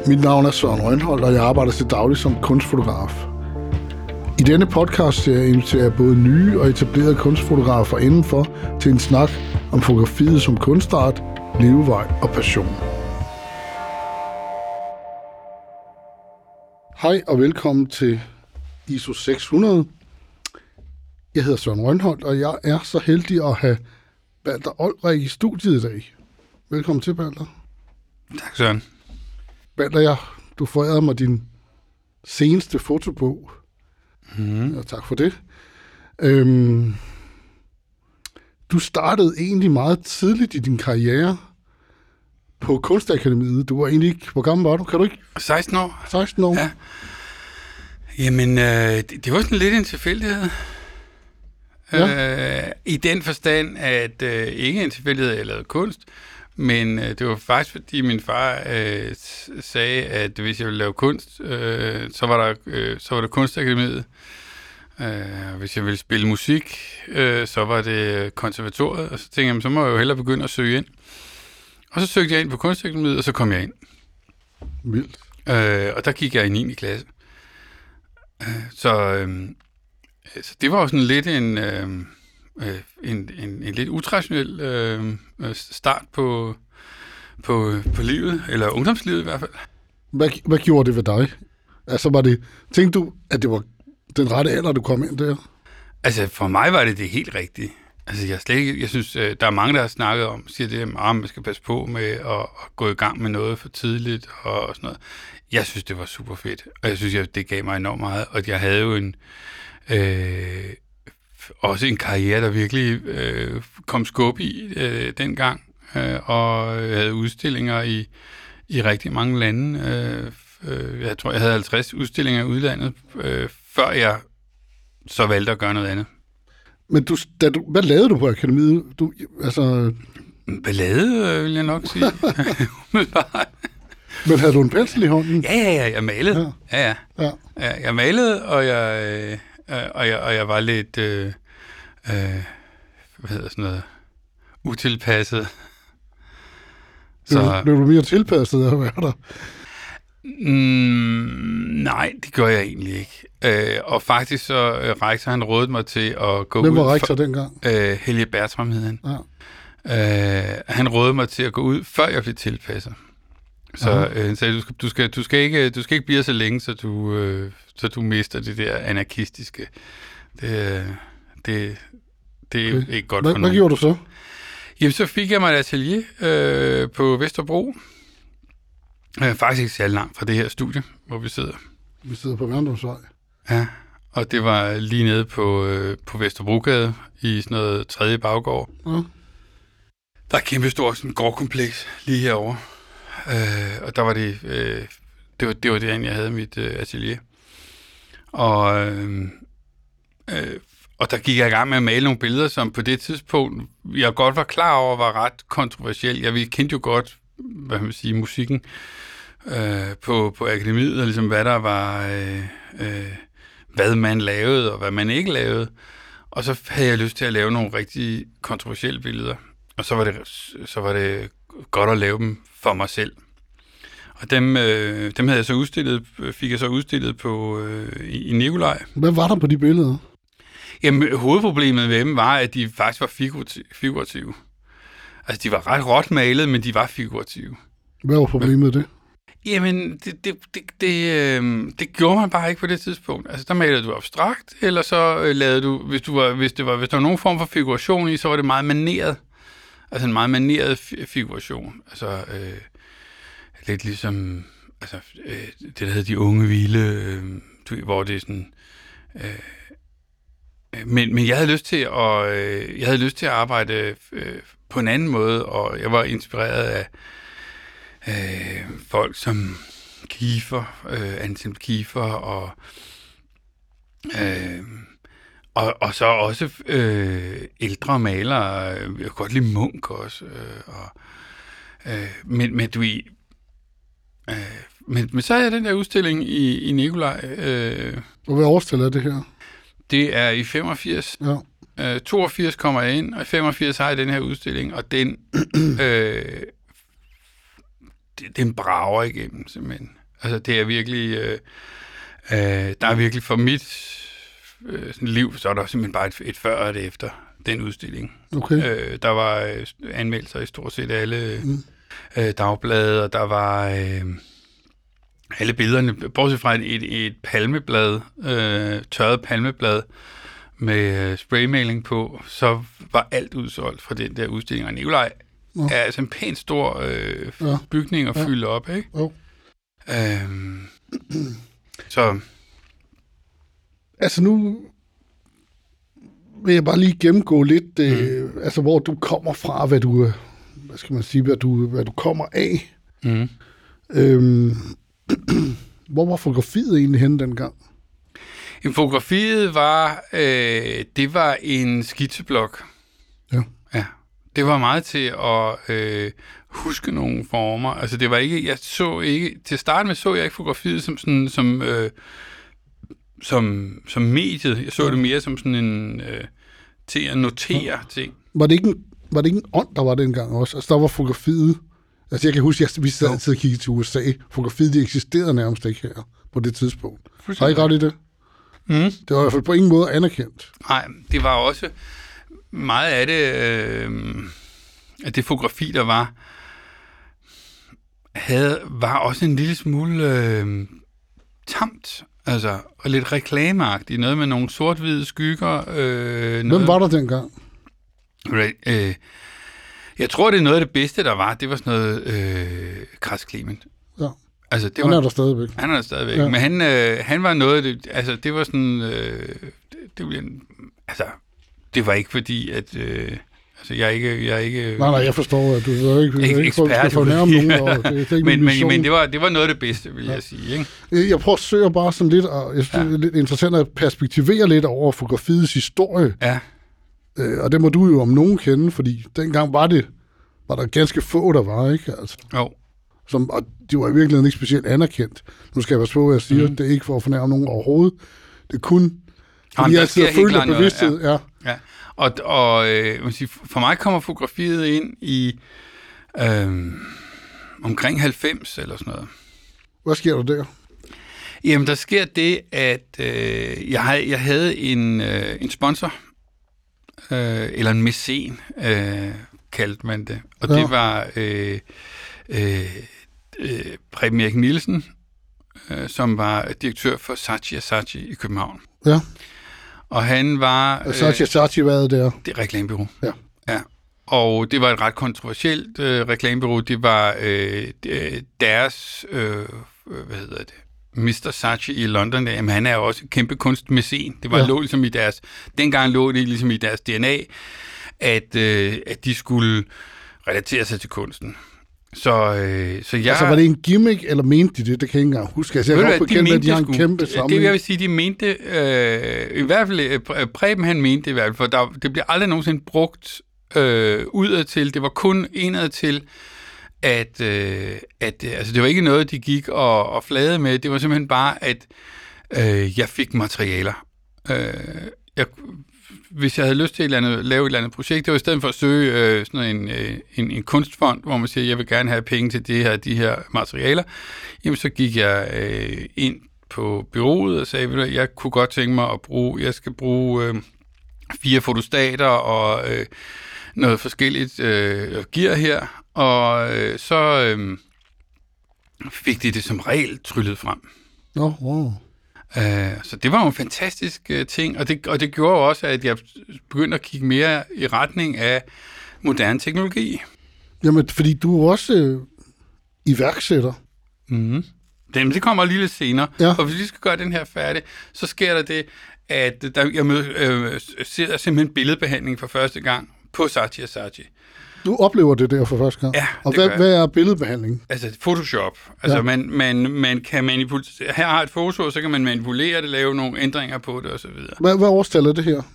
Mit navn er Søren Rønholdt, og jeg arbejder til daglig som kunstfotograf. I denne podcast-serie inviterer jeg både nye og etablerede kunstfotografer indenfor til en snak om fotografiet som kunstart, levevej og passion. Hej og velkommen til ISO 600. Jeg hedder Søren Rønholdt, og jeg er så heldig at have Balder Olrik i studiet i dag. Velkommen til, Balder. Tak, Søren. Balder, du forærede mig din seneste fotobog. Ja, tak for det. Du startede egentlig meget tidligt i din karriere på Kunstakademiet. Du var egentlig ikke... Hvor gammel var du? Kan du ikke? 16 år. 16 år? Ja. Jamen, det var sådan lidt en tilfældighed. Ja. I den forstand, at ikke en tilfældighed, jeg lavede kunst, men det var faktisk, fordi min far sagde, at hvis jeg ville lave kunst, så var der Kunstakademiet. Hvis jeg ville spille musik, så var det konservatoriet, og så tænkte jeg, så må jeg jo hellere begynde at søge ind. Og så søgte jeg ind på Kunstakademiet, og så kom jeg ind. Vildt. Og der gik jeg i 9. klasse. Så det var jo sådan lidt en lidt utraditionel start på livet, eller ungdomslivet i hvert fald. Hvad gjorde det ved dig? Altså, tænkte du, at det var den rette alder, du kom ind der? Altså, for mig var det helt rigtige. Altså, jeg synes, der er mange, der har snakket om, siger det, at man skal passe på med at gå i gang med noget for tidligt og sådan noget. Jeg synes, det var super fedt, og jeg synes, det gav mig enormt meget, og jeg havde jo også en karriere, der virkelig kom skub i dengang, og havde udstillinger i rigtig mange lande. Jeg tror, jeg havde 50 udstillinger i udlandet, før jeg så valgte at gøre noget andet. Men hvad lavede du på akademiet? Ballade, vil jeg nok sige. Men havde du en pensel i hånden? Ja, jeg malede. Ja. Jeg malede, og jeg var lidt, hvad hedder sådan noget, utilpasset. Så blev du mere tilpasset af at være der? Nej, det gør jeg egentlig ikke. Og faktisk så rektor, han rådede mig til at gå ud... Hvem var rektor dengang? Helge Bertram hed han. Ja. Han rådede mig til at gå ud, før jeg blev tilpasset. Så han sagde, du skal ikke blive så længe, så du mister det der anarkistiske. Det er okay. Ikke godt for nogen. Hvad gjorde du så? Jamen, så fik jeg mig et atelier på Vesterbro. Faktisk ikke så langt fra det her studie, hvor vi sidder. Vi sidder på Værndomsvej. Ja, og det var lige nede på Vesterbrogade i sådan noget 3. baggård. Ja. Der er et kæmpe stort sådan gårdkompleks lige herovre. Og der var det var derinde, jeg havde mit atelier. Og der gik jeg i gang med at male nogle billeder, som på det tidspunkt, jeg godt var klar over, var ret kontroversielt. Jeg kendte jo godt, hvad man sige, musikken på akademiet, og ligesom hvad der var, hvad man lavede, og hvad man ikke lavede. Og så havde jeg lyst til at lave nogle rigtig kontroversielle billeder. Og så var det godt at lave dem for mig selv. Og dem havde jeg så fik jeg så udstillet på i Nikolaj. Hvad var der på de billeder? Jamen, hovedproblemet med dem var, at de faktisk var figurative. Altså, de var ret råt malet, men de var figurative. Hvad var problemet med det? Jamen, det gjorde man bare ikke på det tidspunkt. Altså, der malede du abstrakt, eller så lavede du, hvis der var nogen form for figuration i, så var det meget maneret. Altså en meget maneret figuration. Altså, lidt ligesom, altså, det der hedder De Unge Vilde, hvor det er sådan... Men jeg havde lyst til at arbejde på en anden måde, og jeg var inspireret af folk som Kiefer, Anselm Kiefer, og så også ældre malere. Jeg kan godt lide Munch også. Men så er jeg den der udstilling i Nikolaj. Og hvad årstal er det her? Det er i 85. Ja. 82 kommer jeg ind, og i 85 har jeg den her udstilling, og den den brager igennem, simpelthen. Altså, det er virkelig... der er virkelig for mit liv, så er der simpelthen bare et før og et efter den udstilling. Okay. Der var anmeldelser i stort set alle dagblade, og der var alle billederne, bortset fra et palmeblad, tørret palmeblad med spraymaling på, så var alt udsolgt fra den der udstilling. Og Nikolaj er altså en pænt stor bygning at fylde op, ikke? Jo. Så... Altså nu vil jeg bare lige gennemgå lidt, altså hvor du kommer fra, hvad du kommer af. Hvor var fotografiet egentlig henne dengang? Fotografiet var, det var en skitseblok. Ja. Det var meget til at huske nogle former. Altså det var ikke, jeg så ikke, til start med så jeg ikke fotografiet som sådan, som mediet. Jeg så det mere som sådan en, til at notere ting. Var det ikke en ånd, der var dengang også? Altså der var fotografiet, altså jeg kan huske, vi sad altid og kiggede til USA. Fotografiet, det eksisterede nærmest ikke her på det tidspunkt. Har I ikke ret i det? Det var i hvert fald på ingen måde anerkendt. Nej, det var også meget af det, at det fotografi, der var også en lille smule tamt, altså, og lidt reklameagtigt. Noget med nogle sort-hvide skygger. Hvem var der dengang? Jeg tror, det er noget af det bedste, der var. Det var sådan noget Kras Clement. Ja. Altså, han er der stadigvæk. Han er der stadigvæk. Ja. Men han var noget af det... Altså, det var sådan... det var ikke fordi, at... jeg er ikke... Nej, jeg forstår, at du er ikke ekspert. Men det var noget af det bedste, vil jeg sige. Ikke? Jeg prøver at søge bare sådan lidt, og jeg synes, det er lidt interessant at perspektivere lidt over fotografiets historie. Ja. Og det må du jo om nogen kende, fordi dengang var der ganske få, der var, ikke? Altså. Jo. Og de var i virkeligheden ikke specielt anerkendt. Nu skal jeg være på, at jeg siger, det er ikke for at fornærme nogen overhovedet. Det er kun, fordi jeg altid har følt af bevidsthed. Ja. Og for mig kommer fotografiet ind i omkring 90 eller sådan noget. Hvad sker der der? Jamen, der sker det, at jeg havde en sponsor, eller en mæcen, kaldte man det. Og det var Preben Erik Nielsen, som var direktør for Saatchi & Saatchi i København. Ja. Og han var... Saatchi & Saatchi, hvad er det? Det er reklamebureau. Ja. Og det var et ret kontroversielt reklamebureau. Det var deres... Mr. Saatchi i London, jamen han er jo også en kæmpe kunstmæcen. Det var lå ligesom i deres... Dengang lå det ligesom i deres DNA, at de skulle relatere sig til kunsten. Så jeg... Altså, var det en gimmick, eller mente de det? Det kan jeg ikke engang huske. Altså, jeg er godt bekendt med, at de har en kæmpe samling. Det vil jeg sige, de mente... I hvert fald, Preben han mente det i hvert fald, for det blev aldrig nogensinde brugt udadtil. Det var kun indadtil, at altså, det var ikke noget, de gik og flagede med. Det var simpelthen bare, at jeg fik materialer. Hvis jeg havde lyst til at lave et eller andet projekt, det var i stedet for at søge sådan en kunstfond, hvor man siger, jeg vil gerne have penge til de her materialer, jamen så gik jeg ind på bureauet og sagde, at jeg kunne godt tænke mig jeg skal bruge 4 fotostater og noget forskelligt gear her, og så fik de det som regel tryllet frem. Wow. Så det var jo en fantastisk ting, og det gjorde også, at jeg begyndte at kigge mere i retning af moderne teknologi. Jamen, fordi du er også iværksætter. Mm-hmm. Det kommer lige lidt senere, ja. Og hvis vi skal gøre den her færdig, så sker der det, at jeg ser simpelthen billedbehandling for første gang på Saatchi & Saatchi. Du oplever det der for første gang? Ja. Og hvad er billedbehandling? Altså Photoshop. Altså man kan manipulere. Her har et foto, så kan man manipulere det, lave nogle ændringer på det osv. Hvad årstal er det her?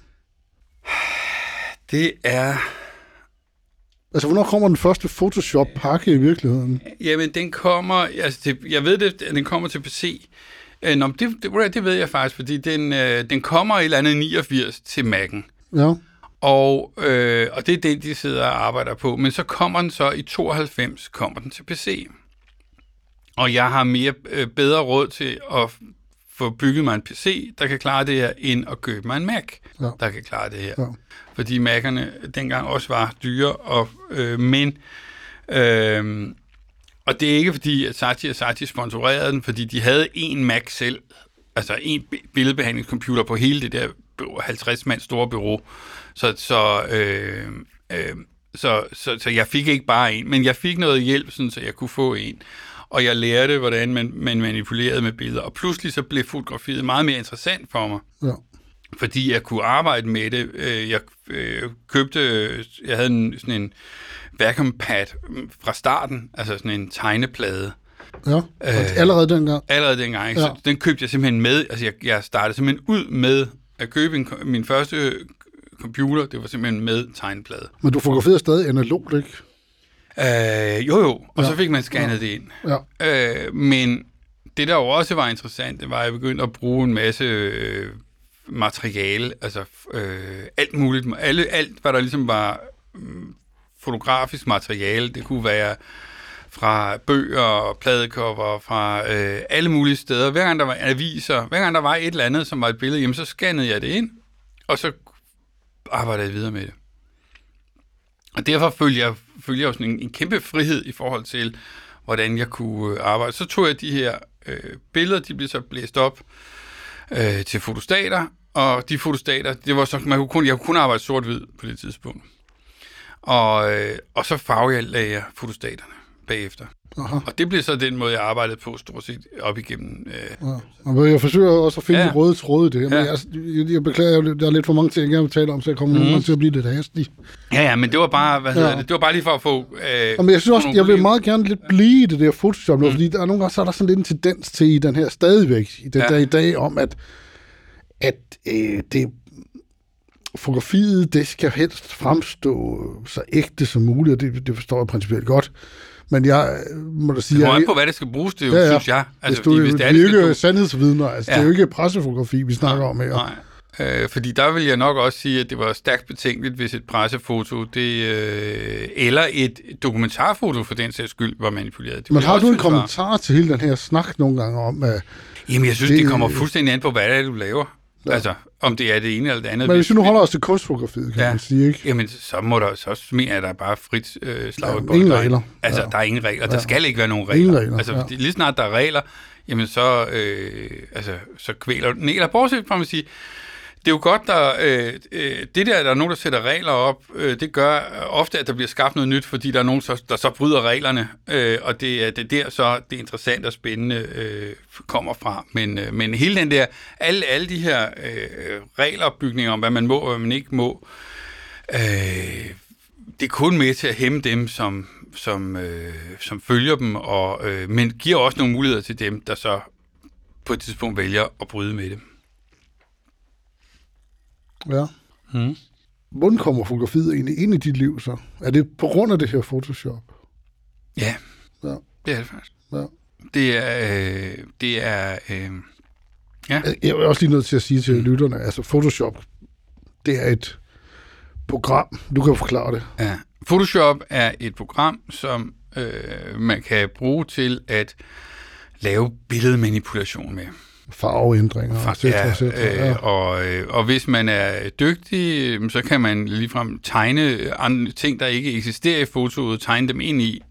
Det er... Altså, hvornår kommer den første Photoshop-pakke i virkeligheden? Jamen, den kommer... Altså, jeg ved det, den kommer til PC. Det ved jeg faktisk, fordi den kommer i et eller andet 89 til Mac'en. Ja. Og det er det, de sidder og arbejder på. Men så kommer den så i 92, kommer den til PC. Og jeg har bedre råd til at få bygget mig en PC, der kan klare det her, end at købe mig en Mac, der kan klare det her. Ja. Fordi Mac'erne dengang også var dyre, og det er ikke fordi, at Saatchi sponsorerede den, fordi de havde en Mac selv, altså en billedbehandlingscomputer på hele det der 50-mand store bureau. Så jeg fik ikke bare en, men jeg fik noget hjælp, sådan, så jeg kunne få en. Og jeg lærte, hvordan man manipulerede med billeder. Og pludselig så blev fotografiet meget mere interessant for mig. Ja. Fordi jeg kunne arbejde med det. Jeg havde sådan en vacuum pad fra starten, altså sådan en tegneplade. Ja, allerede dengang? Allerede dengang. Ja. Så den købte jeg simpelthen med. Altså jeg startede simpelthen ud med at købe min første computer. Det var simpelthen med tegneplade. Men du fotograferede stadig analogt, ikke? Jo. Og så fik man scannet det ind. Ja. Men det, der jo også var interessant, det var, at jeg begyndte at bruge en masse materiale, altså alt muligt. Alt, hvad der ligesom var fotografisk materiale, det kunne være fra bøger, pladecover, fra alle mulige steder. Hver gang der var aviser, hver gang der var et eller andet, som var et billede, jamen så scannede jeg det ind, og så arbejdede jeg videre med det. Og derfor følte jeg jo sådan en kæmpe frihed i forhold til, hvordan jeg kunne arbejde. Så tog jeg de her billeder, de blev så blæst op til fotostater, og de fotostater, det var så, jeg kunne kun arbejde sort-hvid på det tidspunkt. Og så farvelagde jeg fotostaterne bagefter. Aha. Og det blev så den måde, jeg arbejdede på stort set op igennem. Og jeg forsøger også at finde de røde tråde i det. Men jeg beklager, der er lidt for mange ting, jeg gerne vil tale om, så jeg kommer nogen til at blive lidt hastig. Ja, men det var bare, det var bare lige for at få... men jeg synes også, jeg vil meget gerne lidt blive i det der Photoshop, fordi der er nogle gange, så er der sådan lidt en tendens til i den her stadigvæk, i den der i dag, om at det fotografiet, det skal helst fremstå så ægte som muligt, og det forstår jeg principielt godt. Men jeg må da sige... Det kommer an på, hvad det skal bruges til, synes jeg. Altså, det er jo ikke sandhedsvidner. Altså, det er jo ikke pressefotografi, vi snakker om her. Nej, fordi der vil jeg nok også sige, at det var stærkt betænkeligt, hvis et pressefoto, eller et dokumentarfoto for den sags skyld, var manipuleret. Men har du en kommentar til hele den her snak nogle gange om... Jamen, jeg synes, det kommer fuldstændig an på, hvad det er, du laver. Ja. Altså, om det er det ene eller det andet. Men hvis vi nu holder os til kunstfotografiet, kan man sige, ikke? Jamen, så må der så mener jeg, der er bare frit slag i ingen regler. Altså, der er ingen regler. Der skal ikke være nogen regler. Altså, lige snart der er regler, jamen så, så kvæler den. Eller bortset fra at sige, det er jo godt, der er nogen, der sætter regler op. Det gør ofte, at der bliver skabt noget nyt, fordi der er nogen, der så bryder reglerne. Og det er der så det interessante og spændende kommer fra. Men hele den der, alle de her regelopbygninger om, hvad man må og hvad man ikke må, det er kun med til at hæmme dem, som følger dem, men giver også nogle muligheder til dem, der så på et tidspunkt vælger at bryde med det. Ja. Hvordan kommer fotografiet egentlig ind i dit liv så? Er det på grund af det her Photoshop? Ja. Det er det faktisk. Ja. Det er ja. Jeg er også lige nødt til at sige til lytterne, altså Photoshop, det er et program. Du kan forklare det. Ja. Photoshop er et program, som man kan bruge til at lave billedmanipulation med. Farveændringer. Og hvis man er dygtig, så kan man ligefrem tegne andre ting, der ikke eksisterer i fotoet, tegne dem ind i.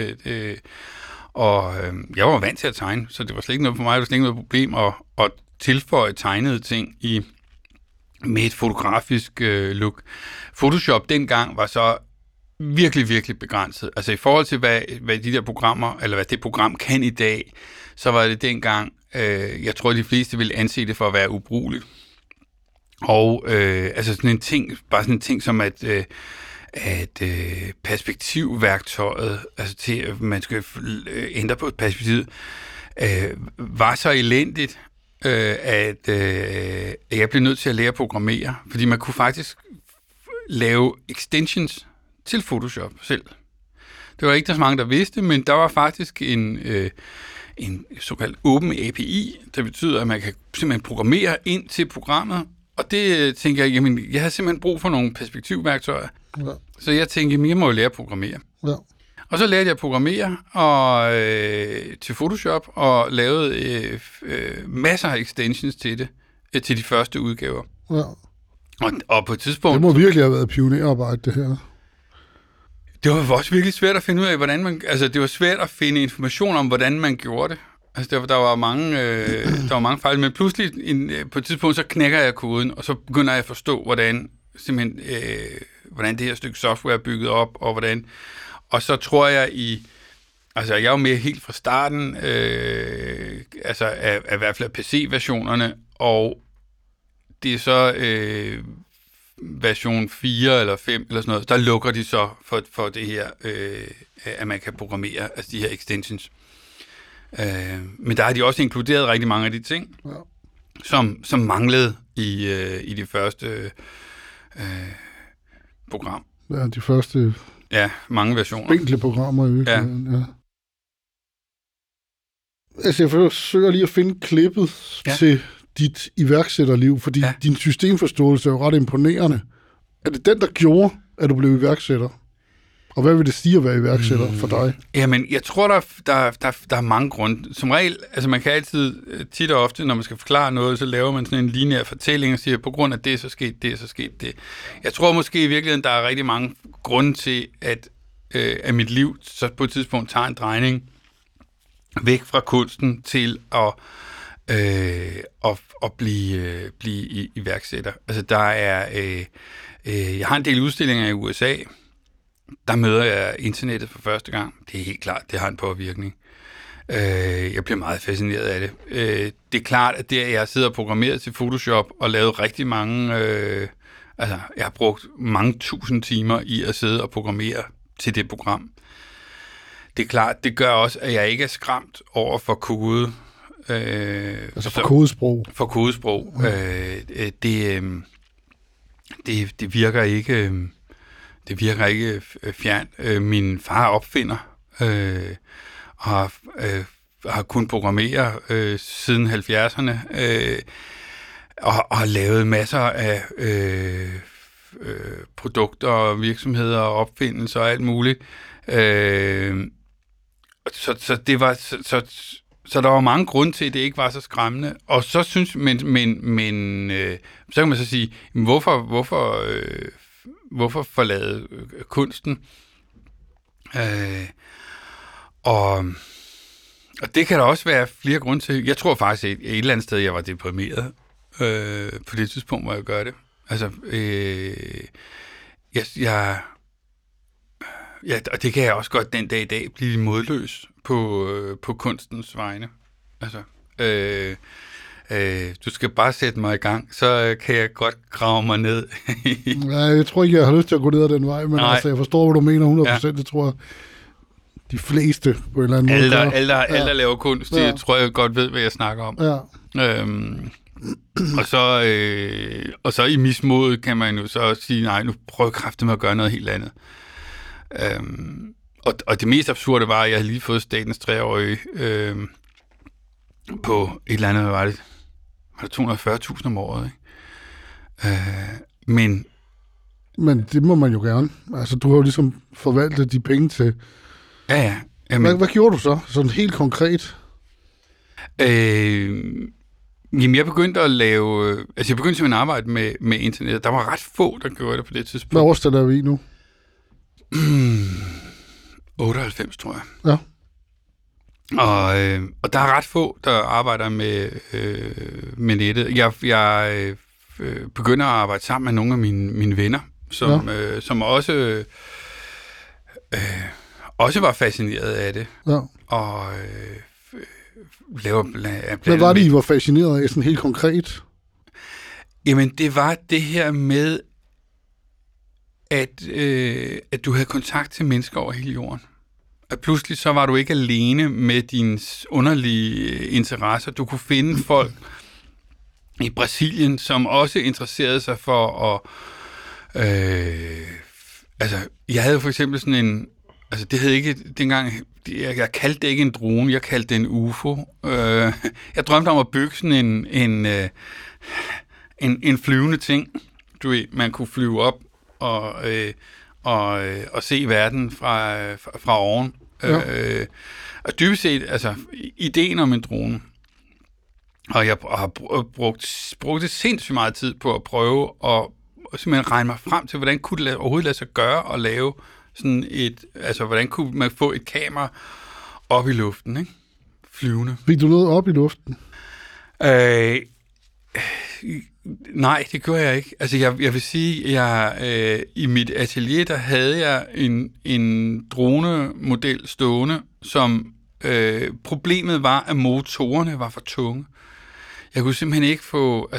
Jeg var vant til at tegne, så det var slet ikke noget for mig, det var slet ikke noget problem at tilføje tegnede ting med et fotografisk look. Photoshop dengang var så virkelig, virkelig begrænset. Altså i forhold til, hvad de der programmer, eller hvad det program kan i dag, så var det dengang, jeg tror, de fleste ville anse det for at være ubrugeligt. Og altså sådan en ting, bare sådan en ting som at perspektivværktøjet, altså til at man skal ændre på perspektivet, var så elendigt, at jeg blev nødt til at lære at programmere, fordi man kunne faktisk lave extensions til Photoshop selv. Det var ikke så mange, der vidste, men der var faktisk en såkaldt åben API, der betyder, at man kan simpelthen programmere ind til programmet, og det tænker jeg, jamen, jeg har simpelthen brug for nogle perspektivværktøjer. Ja. Så jeg tænkte, jamen, jeg må jo lære at programmere. Ja. Og så lærte jeg at programmere til Photoshop, og lavede masser af extensions til det, til de første udgaver. Ja. Og på et tidspunkt... Det må virkelig have været pionerarbejde, det her. Det var også virkelig svært at finde ud af, hvordan man... Altså, det var svært at finde information om, hvordan man gjorde det. Altså, der var mange fejl, men pludselig på et tidspunkt, så knækker jeg koden, og så begynder jeg at forstå, hvordan det her stykke software er bygget op, og hvordan... Og så tror jeg Altså, jeg er jo med helt fra starten, af i hvert fald PC-versionerne, og det er så version 4 eller 5 eller sådan noget, der lukker de så for det her, at man kan programmere, altså de her extensions. Men der har de også inkluderet rigtig mange af de ting, som manglede i de første program. Ja, de første... Ja, mange versioner. Spinkle programmer i virkeligheden, ja. Altså, jeg forsøger lige at finde klippet til dit iværksætterliv, fordi din systemforståelse er jo ret imponerende. Er det den, der gjorde, at du blev iværksætter? Og hvad vil det sige at være iværksætter for dig? Jamen, jeg tror, der er mange grunde. Som regel, altså man kan altid, tit og ofte, når man skal forklare noget, så laver man sådan en lineær fortælling og siger, på grund af det, så skete det, så skete det. Jeg tror måske i virkeligheden, der er rigtig mange grunde til, at mit liv så på et tidspunkt tager en drejning væk fra kunsten til at blive iværksætter. Altså, der er... jeg har en del udstillinger i USA. Der møder jeg internettet for første gang. Det er helt klart, det har en påvirkning. Jeg bliver meget fascineret af det. Det er klart, at jeg sidder og programmeret til Photoshop og lavet rigtig mange... jeg har brugt mange tusind timer i at sidde og programmere til det program. Det er klart, det gør også, at jeg ikke er skræmt over for kode. Altså for kodesprog. For kodesprog. Det virker ikke... Det virker ikke fjernt. Min far opfinder og har kun programmere siden 70'erne og har lavet masser af produkter og virksomheder og opfindelser og alt muligt. Så der var mange grunde til, at det ikke var så skræmmende. Og så synes så kan man så sige, hvorfor forlade kunsten? Og det kan der også være flere grunde til. Jeg tror faktisk, at et eller andet sted, jeg var deprimeret på det tidspunkt, hvor jeg gør det. Altså, og det kan jeg også godt den dag i dag blive modløs på kunstens vegne. Altså, du skal bare sætte mig i gang, så kan jeg godt grave mig ned. Ja, jeg tror ikke, jeg har lyst til at gå ned ad den vej, men altså, jeg forstår, hvad du mener 100%. Ja. Det tror jeg, de fleste på en eller anden måde. Alle, der laver kunst, det tror jeg godt ved, hvad jeg snakker om. Ja. Og så i mismod kan man jo så sige, nej, nu prøver jeg kraftigt med at gøre noget helt andet. Og det mest absurde var, at jeg havde lige fået statens 3-årige på et eller andet, hvad var det? Var det 240.000 om året, ikke? Men det må man jo gerne. Altså, du har jo ligesom forvaltet de penge til... Ja. Hvad gjorde du så? Sådan helt konkret? Jamen, jeg begyndte at lave... Altså, jeg begyndte simpelthen at arbejde med internet. Der var ret få, der gjorde det på det tidspunkt. Hvad årstal er vi i nu? 98, tror jeg. Ja. Og der er ret få, der arbejder med nettet. Jeg begynder at arbejde sammen med nogle af mine venner, som også var fascineret af det. Ja. Og laver hvad var det, I var fascineret af, sådan helt konkret? Jamen, det var det her med, at du havde kontakt til mennesker over hele jorden. At pludselig så var du ikke alene med dine underlige interesser. Du kunne finde folk i Brasilien, som også interesserede sig for at... jeg havde for eksempel sådan en... Altså, det hed ikke... Dengang, jeg kaldte det ikke en drone, jeg kaldte det en UFO. Jeg drømte om at bygge sådan en flyvende ting. Du ved, man kunne flyve op at se verden fra oven. Ja. Og dybest set, altså, ideen om en drone, og jeg har brugt det sindssygt meget tid på at prøve at simpelthen regne mig frem til, hvordan kunne det overhovedet lade sig gøre at lave sådan hvordan kunne man få et kamera op i luften, ikke? Flyvende. Fik du noget op i luften? Nej, det gjorde jeg ikke. Altså, jeg vil sige, i mit atelier, der havde jeg en dronemodel stående, som problemet var, at motorerne var for tunge. Jeg kunne simpelthen ikke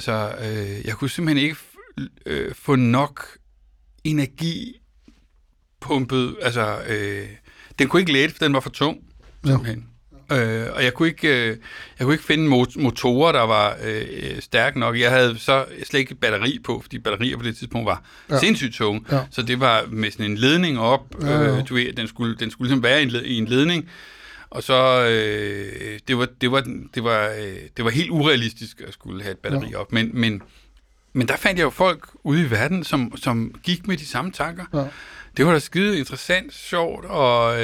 få nok energi pumpet. Altså, den kunne ikke lette, for den var for tung. Simpelthen. Ja. Og jeg kunne ikke finde motorer, der var stærke nok. Jeg havde så slet ikke batteri på, fordi batterier på det tidspunkt var sindssygt tunge. Ja. Så det var med sådan en ledning op. Du ved, den skulle ligesom være i en ledning. Og så det var helt urealistisk at skulle have et batteri op. Men der fandt jeg jo folk ude i verden, som gik med de samme tanker. Ja. Det var da skide interessant, sjovt, og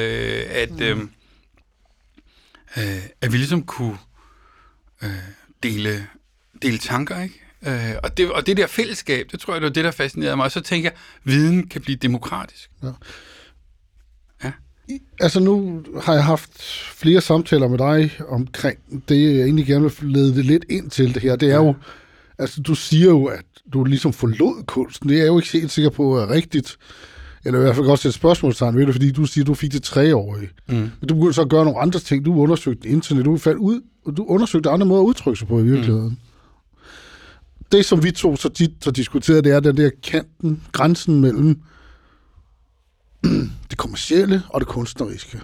at vi ligesom kunne dele tanker, ikke? Og det der fællesskab, det tror jeg, det var det, der fascinerede mig. Og så tænker jeg, viden kan blive demokratisk. Ja. Altså nu har jeg haft flere samtaler med dig omkring det, jeg egentlig gerne vil lede det lidt ind til det her. Det er jo, altså du siger jo, at du ligesom forlod kunsten. Det er jeg jo ikke helt sikker på er rigtigt. Eller i hvert fald også et spørgsmålstegn ved det, fordi du siger, at du fik det 3-årige. Men du begyndte så at gøre nogle andre ting. Du undersøgte internet, du faldt ud, og du undersøgte andre måder at udtrykke sig på i virkeligheden. Det, som vi to så diskuterede, det er den der grænsen mellem det kommercielle og det kunstneriske.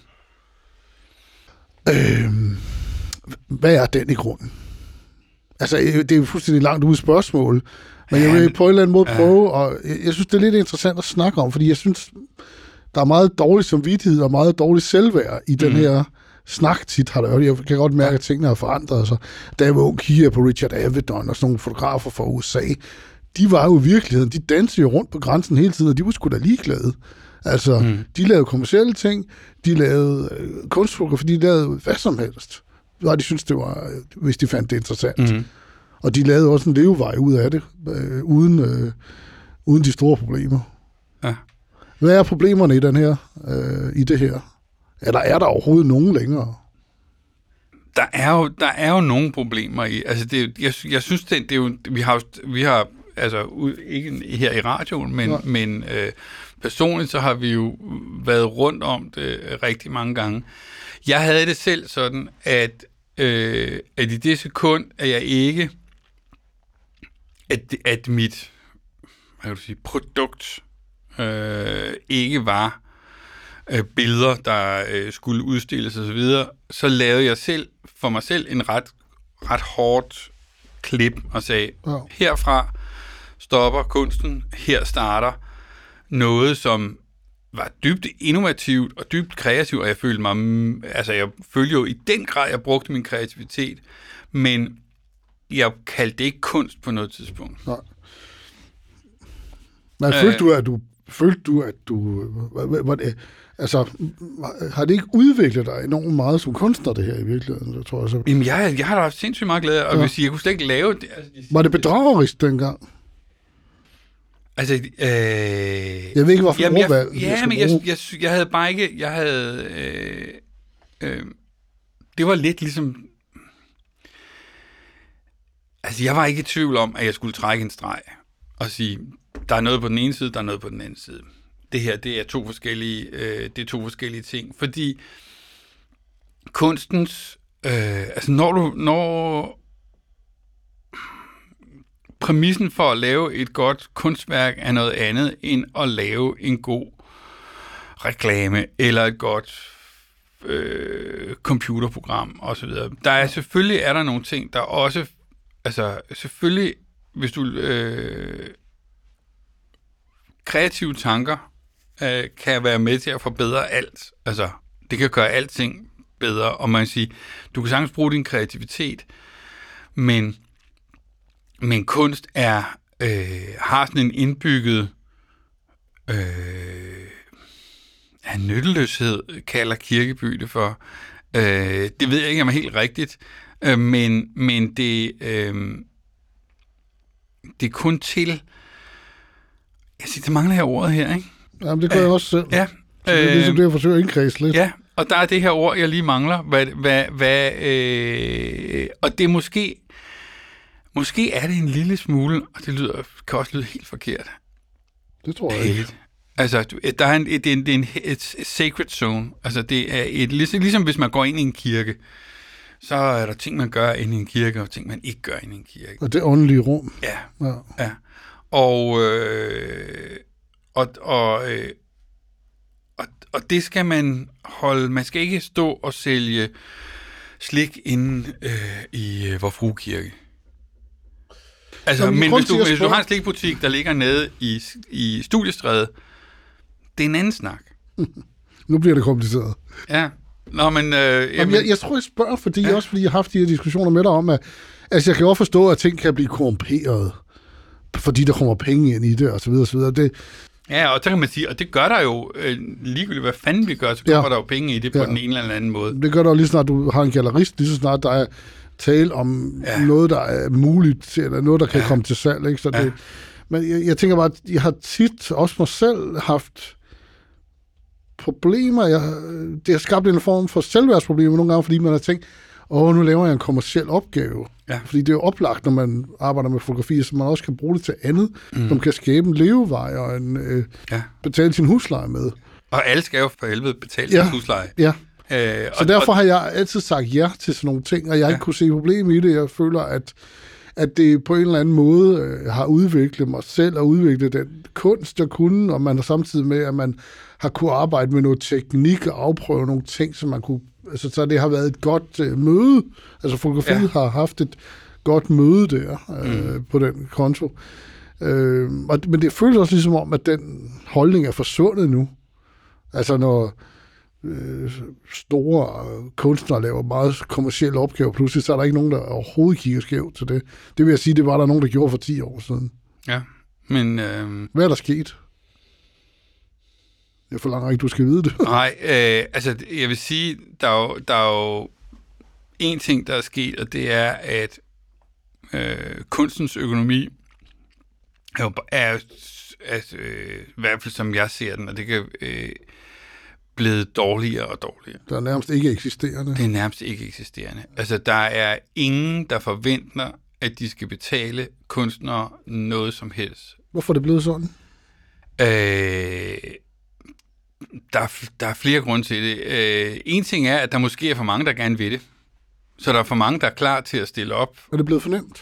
Hvad er den i grunden? Altså, det er jo fuldstændig langt ude spørgsmål, men jeg vil på en eller anden måde prøve, og jeg synes, det er lidt interessant at snakke om, fordi jeg synes, der er meget dårlig samvittighed og meget dårlig selvværd i den her snak tit, har der. Jeg kan godt mærke, at tingene har forandret sig. Da jeg var ung, kiggede på Richard Avedon og sådan nogle fotografer fra USA. De var jo i virkeligheden, de dansede jo rundt på grænsen hele tiden, og de var sgu da ligeglade. Altså, de lavede kommercielle ting, de lavede kunstfotografi, de lavede hvad som helst. Ja, de synes det var, hvis de fandt det interessant. Og de lavede også en levevej ud af det, uden de store problemer. Ja. Hvad er problemerne i i det her? Eller er der overhovedet nogen længere? Der er jo nogle problemer i. Altså, jeg synes, det er jo, vi har altså ikke her i radioen, men personligt så har vi jo været rundt om det rigtig mange gange. Jeg havde det selv sådan, at i det sekund, at jeg ikke, at mit, hvad kan du sige, produkt ikke var billeder, der skulle udstilles og så videre, så lavede jeg selv for mig selv en ret hårdt klip og sagde, herfra stopper kunsten, her starter noget, som var dybt innovativt og dybt kreativt, og jeg følte jo i den grad, jeg brugte min kreativitet, men jeg kaldte det ikke kunst på noget tidspunkt. Nej. Men følte du, at du altså, har det ikke udviklet dig enormt meget som kunstner, det her i virkeligheden? Det tror jeg så. Jamen, jeg har da haft sindssygt meget glæde, og jeg kunne slet ikke lave det. Altså, var det bedragerisk dengang? Altså, jeg ved ikke, hvorfor jeg havde bare ikke, det var lidt ligesom, altså jeg var ikke i tvivl om, at jeg skulle trække en streg og sige, der er noget på den ene side, der er noget på den anden side. Det her, det er to forskellige ting, fordi kunstens, altså når præmissen for at lave et godt kunstværk er noget andet, end at lave en god reklame, eller et godt computerprogram, osv. Selvfølgelig er der nogle ting, der også, altså selvfølgelig, hvis du kreative tanker kan være med til at forbedre alt. Altså, det kan gøre alting bedre, og man kan sige, du kan sagtens bruge din kreativitet, men kunst har sådan en indbygget nytteløshed kalder Kirkeby det for. Det ved jeg ikke, om er helt rigtigt, men det er kun til... Jeg siger, det mangler her ordet her, ikke? Jamen, det gør jeg også selv. Ja. Så det er ligesom det, jeg forsøger at indkredse lidt. Ja, og der er det her ord, jeg lige mangler. Og det er måske er det en lille smule, og det kan også lyde helt forkert. Det tror jeg ikke. Altså, det er et sacred zone. Altså, det er ligesom hvis man går ind i en kirke, så er der ting, man gør inde i en kirke, og ting, man ikke gør inde i en kirke. Og det åndelige rum. Ja. Og det skal man holde. Man skal ikke stå og sælge slik inde i Vor Frue Kirke. Altså, men hvis du har en slikbutik, der ligger nede i Studiestræde, det er en anden snak. Nu bliver det kompliceret. Ja. Nå, men... jeg tror, jeg spørger, fordi jeg har haft de her diskussioner med dig om, at altså, jeg kan også forstå, at ting kan blive korrumperet, fordi der kommer penge ind i det, og så videre, og så videre. Det... Ja, og så kan man sige, og det gør der jo ligegyldigt, hvad fanden vi gør, så kommer der jo penge i det på den ene eller anden måde. Det gør der jo lige snart, du har en gallerist, lige så snart der er tale om noget, der er muligt, eller noget, der kan komme til salg, ikke? Så det, men jeg tænker bare, at jeg har tit, også mig selv, haft problemer. Det har skabt en form for selvværdsproblemer nogle gange, fordi man har tænkt, nu laver jeg en kommerciel opgave. Ja. Fordi det er jo oplagt, når man arbejder med fotografi, så man også kan bruge det til andet, som kan skabe en levevej og betale sin husleje med. Og alle skal jo for helvede betale sin husleje. Ja. Så derfor har jeg altid sagt ja til sådan nogle ting, og jeg ikke kunne se problem i det. Jeg føler, at det på en eller anden måde har udviklet mig selv og udviklet den kunst, jeg kunne, og man har samtidig med, at man har kunne arbejde med noget teknik og afprøve nogle ting, som man kunne... Altså, så det har været et godt møde. Altså, fotografiet har haft et godt møde der på den konto. Men det føles også ligesom om, at den holdning er forsvundet nu. Altså, når store kunstnere laver meget kommercielle opgaver, pludselig så er der ikke nogen, der overhovedet kigger skævt til det. Det vil jeg sige, det var der nogen, der gjorde for 10 år siden. Ja, men... Hvad er der sket? Jeg forlanger ikke, du skal vide det. Nej, altså jeg vil sige, der er jo en ting, der er sket, og det er, at kunstens økonomi er i hvert fald som jeg ser den, og det kan blevet dårligere og dårligere. Det er nærmest ikke eksisterende. Det er nærmest ikke eksisterende. Altså der er ingen, der forventer, at de skal betale kunstnere noget som helst. Hvorfor er det blevet sådan? Der er flere grunde til det. En ting er, at der måske er for mange, der gerne vil det. Så der er for mange, der er klar til at stille op. Er det blevet for nemt?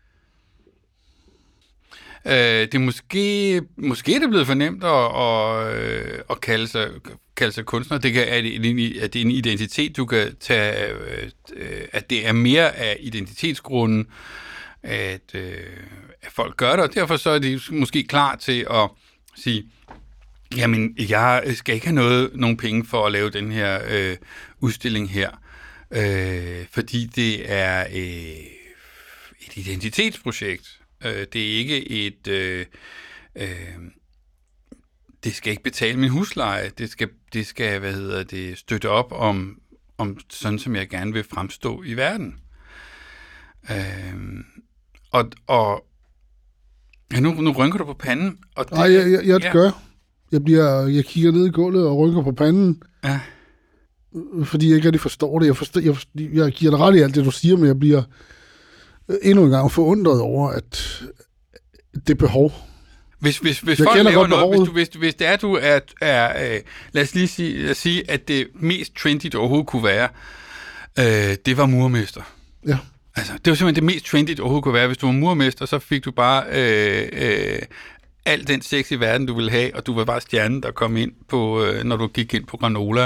Det er måske er det blevet for nemt at kalde sig kunstner. Det kan, at det er en identitet, du kan tage, at det er mere af identitetsgrunden, at folk gør det, og derfor så er de måske klar til at sige, jamen, jeg skal ikke have nogen penge for at lave den her udstilling her, fordi det er et identitetsprojekt. Det er ikke et... det skal ikke betale min husleje. Det skal støtte op om sådan, som jeg gerne vil fremstå i verden. Nu rynker du på panden. Nej, jeg gør. Jeg kigger ned i gulvet og rykker på panden. Ja. Fordi jeg ikke rigtig forstår det. Jeg giver dig ret i alt det, du siger, men jeg bliver endnu en gang forundret over, at det behov. Hvis folk laver noget, hvis det er, du er lad os lige sige, at det mest trendy, det overhovedet kunne være, det var murmester. Ja. Altså, det var simpelthen det mest trendy, det overhovedet kunne være. Hvis du var murmester, så fik du bare al den sex i verden, du ville have, og du var bare stjernen, der kom ind på, når du gik ind på Granola.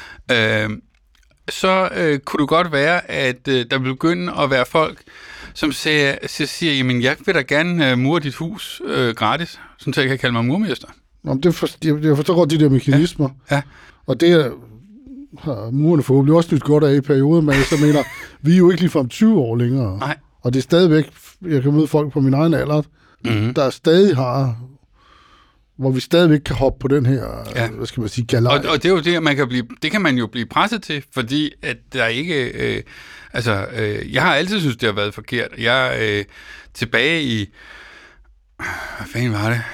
Så kunne det godt være, at der ville begynde at være folk, som siger, jamen, jeg vil da gerne mure dit hus gratis, sådan så jeg kan kalde mig murmester. Jamen, jeg forstår godt de der mekanismer. Ja. Og det har murerne forhåbentlig også nyt godt af i perioden, men jeg mener, vi er jo ikke lige fra 20 år længere. Nej. Og det er stadigvæk, jeg kan møde folk på min egen alder, der stadig har hvor vi stadigvæk kan hoppe på den her, hvad skal man sige, galej. Og det er jo det, det kan man jo blive presset til, fordi at der ikke... jeg har altid synes det har været forkert. Jeg tilbage i... Hvad fanden var det?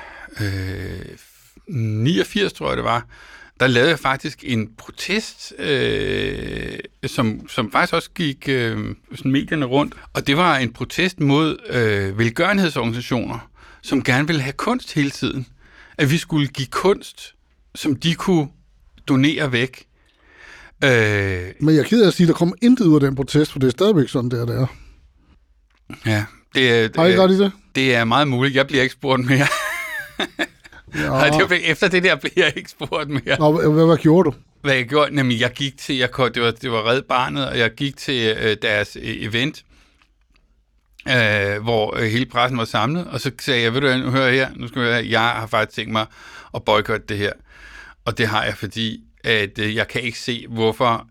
89, tror jeg det var. Der lavede jeg faktisk en protest, som faktisk også gik sådan medierne rundt. Og det var en protest mod velgørenhedsorganisationer, som gerne ville have kunst hele tiden. At vi skulle give kunst, som de kunne donere væk. Men jeg er ked af at sige, at der kommer intet ud af den protest, for det er stadigvæk sådan, det er. Ja, har I ret i det? Det er meget muligt. Jeg bliver ikke spurgt mere. Efter det der blev jeg ikke spurgt mere. Nå, hvad gjorde du? Hvad jeg gjorde? Jamen, jeg gik til, det var Red Barnet, og jeg gik til deres event, hvor hele pressen var samlet, og så sagde jeg, ved du, hør her, nu skal vi høre, jeg har faktisk tænkt mig at boykotte det her. Og det har jeg, fordi at jeg kan ikke se, hvorfor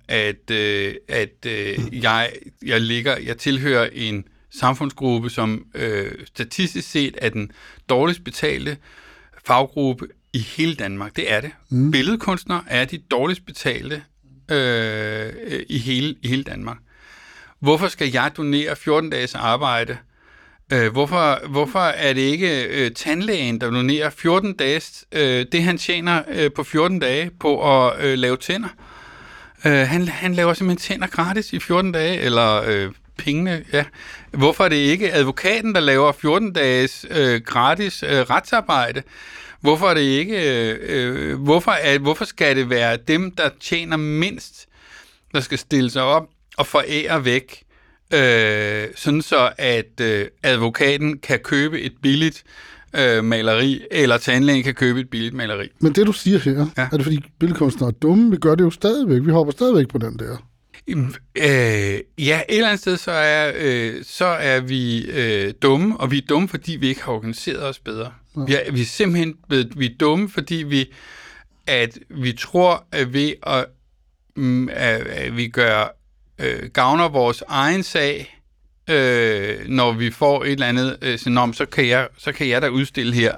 jeg tilhører en samfundsgruppe, som statistisk set er den dårligst betalte faggruppe i hele Danmark. Det er det. Billedkunstnere er de dårligst betalte i hele Danmark. Hvorfor skal jeg donere 14 dages arbejde? Hvorfor er det ikke tandlægen, der donerer 14 dages, det han tjener på 14 dage på at lave tænder? Han laver simpelthen tænder gratis i 14 dage, eller pengene, ja. Hvorfor er det ikke advokaten, der laver 14 dages gratis retsarbejde? Hvorfor er det ikke... hvorfor skal det være dem, der tjener mindst, der skal stille sig op og forære væk, sådan så at advokaten kan købe et billigt maleri, eller tandlægen kan købe et billigt maleri? Men det, du siger her, er det fordi billedkunstnere er dumme? Vi gør det jo stadigvæk. Vi hopper stadigvæk på den der. Ja, et eller andet sted, så er vi dumme, og vi er dumme, fordi vi ikke har organiseret os bedre. Ja. Vi er simpelthen vi er dumme, fordi vi tror, at ved at vi gør gavner vores egen sag, når vi får et eller andet, så kan jeg da udstille her,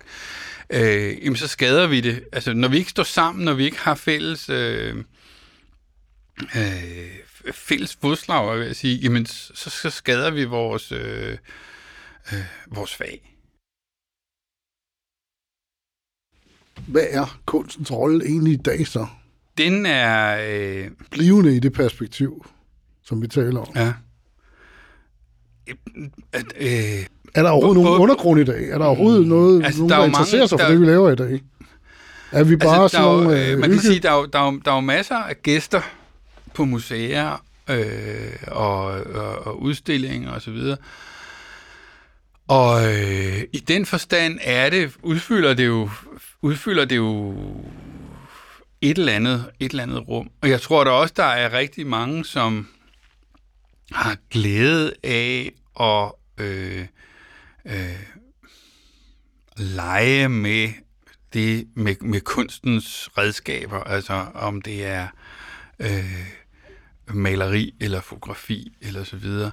så skader vi det. Altså, når vi ikke står sammen, når vi ikke har fælles fodslag, vil jeg sige, jamen, så skader vi vores fag. Hvad er kunstens rolle egentlig i dag så? Den er... blivende i det perspektiv, som vi taler om. Ja. Er der overhovedet nogen undergrund i dag? Er der overhovedet nogen, der interesserer sig for det, vi laver i dag? Er vi bare sådan nogle man kan sige, der er jo masser af gæster på museer og udstillinger og så videre. Og i den forstand udfylder det jo et eller andet rum. Og jeg tror da også, der er rigtig mange, som har glæde af at lege med det med kunstens redskaber, altså om det er maleri eller fotografi eller så videre.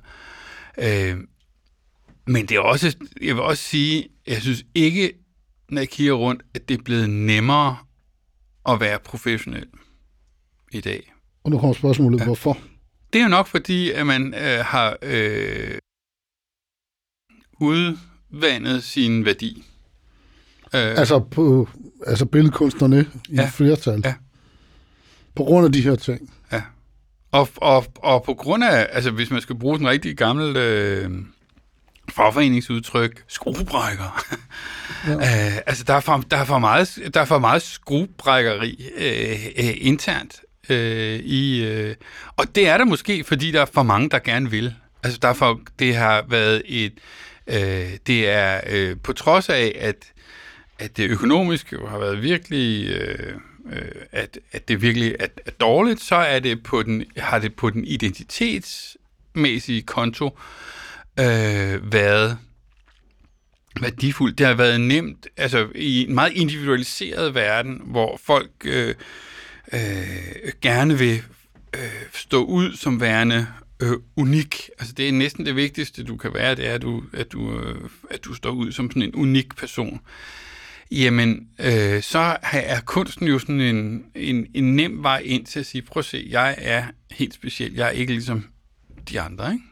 Men det er også, jeg vil også sige, jeg synes ikke, når jeg kigger rundt, at det er blevet nemmere at være professionel i dag. Og nu kommer spørgsmålet, hvorfor? Det er jo nok fordi, at man har udvandet sin værdi. Altså billedkunstnerne i flertal. Ja. På grund af de her ting. Ja. Og på grund af, altså hvis man skal bruge den rigtig gamle fagforeningsudtryk, skruebrækker. Ja. Altså der er for meget skruebrækkeri internt og det er der måske, fordi der er for mange, der gerne vil. Altså det har været det er på trods af, at det økonomiske jo har været virkelig, at det virkelig er dårligt, så er det har det på den identitetsmæssige konto været værdifuldt. Det har været nemt, altså i en meget individualiseret verden, hvor folk gerne vil stå ud som værende unik. Altså det er næsten det vigtigste, du kan være, det er, at du står ud som sådan en unik person. jamen, så er kunsten jo sådan en nem vej ind til at sige, prøv at se, jeg er helt speciel. Jeg er ikke ligesom de andre, ikke?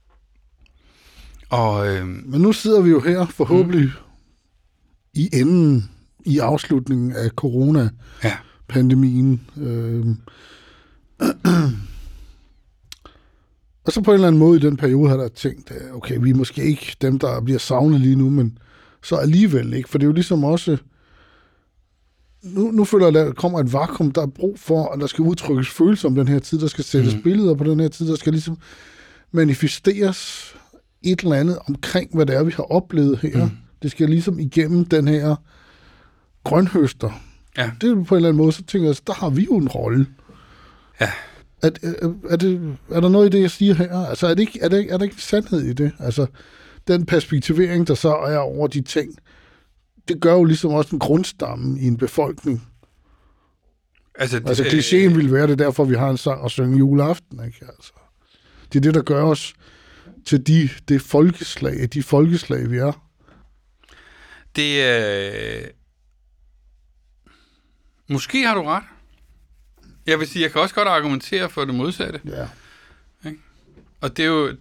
Og, men nu sidder vi jo her forhåbentlig i enden, i afslutningen af corona-pandemien. Og så på en eller anden måde i den periode har der tænkt, okay, vi er måske ikke dem, der bliver savnet lige nu, men så alligevel ikke, for det er jo ligesom også, nu føler jeg, at der kommer et vakuum, der er brug for, at der skal udtrykkes følelser om den her tid, der skal sættes billeder på den her tid, der skal ligesom manifesteres et eller andet omkring, hvad det er, vi har oplevet her. Det skal ligesom igennem den her grønhøster. Ja. Det er på en eller anden måde, så tænker jeg, der har vi jo en rolle. Ja. Er der noget i det, jeg siger her? Altså, er der ikke sandhed i det? Altså, den perspektivering, der så er over de ting, det gør jo ligesom også en grundstamme i en befolkning. Altså klichéen vil være det, derfor vi har en sang og synge juleaften, ikke? Altså, det er det, der gør os til de folkeslag, vi er. Måske har du ret. Jeg vil sige, jeg kan også godt argumentere for det modsatte. Ja. Ikke? Og det er jo,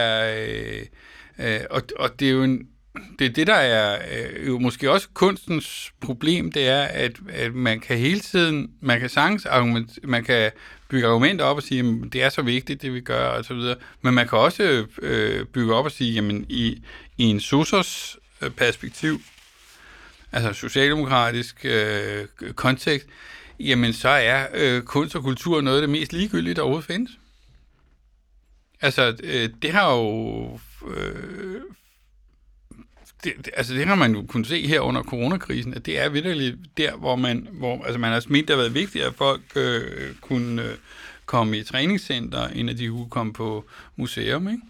det er jo det der er jo måske også kunstens problem, det er, at man kan hele tiden, man kan bygge argumenter op og sige, at det er så vigtigt, det vi gør, og så videre. Men man kan også bygge op og sige, jamen i en socios perspektiv, altså socialdemokratisk kontekst, jamen så er kunst og kultur noget af det mest ligegyldige, der overhovedet findes. Altså, det har jo... det har man jo kunnet se her under coronakrisen, at det er vitterligt der, hvor man har ment, det har været vigtigt, at folk kunne komme i træningscenter, end at de kunne komme på museum, ikke?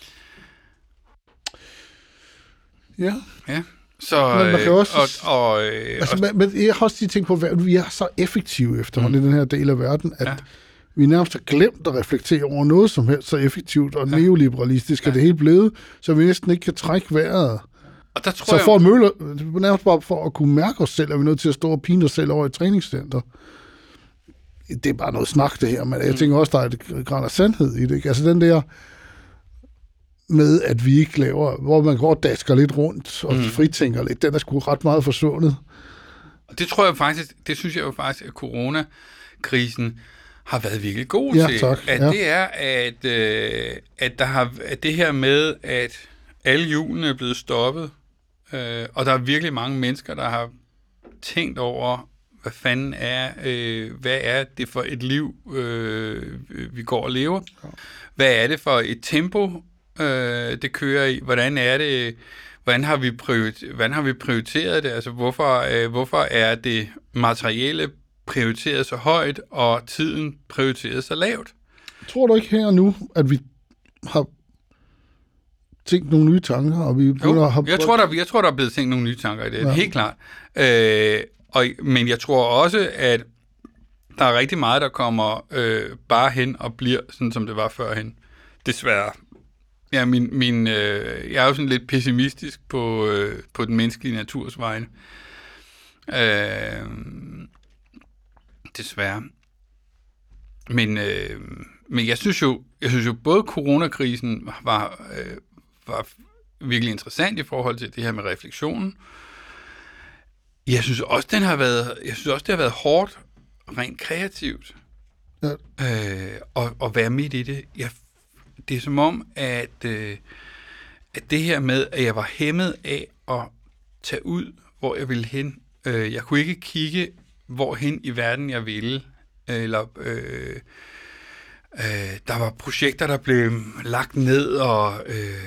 Ja. Ja. Så, men man kan også... men jeg har også lige tænkt på, at vi er så effektive efterhånden i den her del af verden, at vi nærmest har glemt at reflektere over noget som helst så effektivt og neoliberalistisk, at det hele blevet, så vi næsten ikke kan trække vejret. Og der tror så nærmest bare for at kunne mærke os selv, er vi nødt til at stå og pine os selv over et træningscenter. Det er bare noget snak, det her, men jeg tænker også, der er et grad af sandhed i det. Ikke? Altså den der med, at vi ikke laver, hvor man går og dasker lidt rundt og fritænker lidt, den er sgu ret meget forsvundet. Det tror jeg faktisk, det synes jeg jo faktisk, at coronakrisen har været virkelig god til. Tak. Det er, at det her med, at alle hjulene er blevet stoppet, og der er virkelig mange mennesker, der har tænkt over, hvad fanden hvad er det for et liv, vi går og lever? Hvad er det for et tempo, det kører i? Hvordan har vi prioriteret det? Altså, hvorfor er det materielle prioriteret så højt, og tiden prioriteret så lavt? Tror du ikke her nu, at vi har tænkt nogle nye tanker, og vi jeg tror, der er blevet tænkt nogle nye tanker i det, helt klart. Men jeg tror også, at der er rigtig meget, der kommer bare hen og bliver sådan, som det var førhen. Desværre. Ja, jeg er jo sådan lidt pessimistisk på den menneskelige naturs vegne. Desværre. Men jeg synes jo både coronakrisen var virkelig interessant i forhold til det her med refleksionen. Jeg synes også, det har været hårdt, rent kreativt, at være midt i det. Det er som om, at det her med, at jeg var hæmmet af at tage ud, hvor jeg ville hen. Jeg kunne ikke kigge, hvorhen i verden jeg ville. Eller der var projekter, der blev lagt ned, og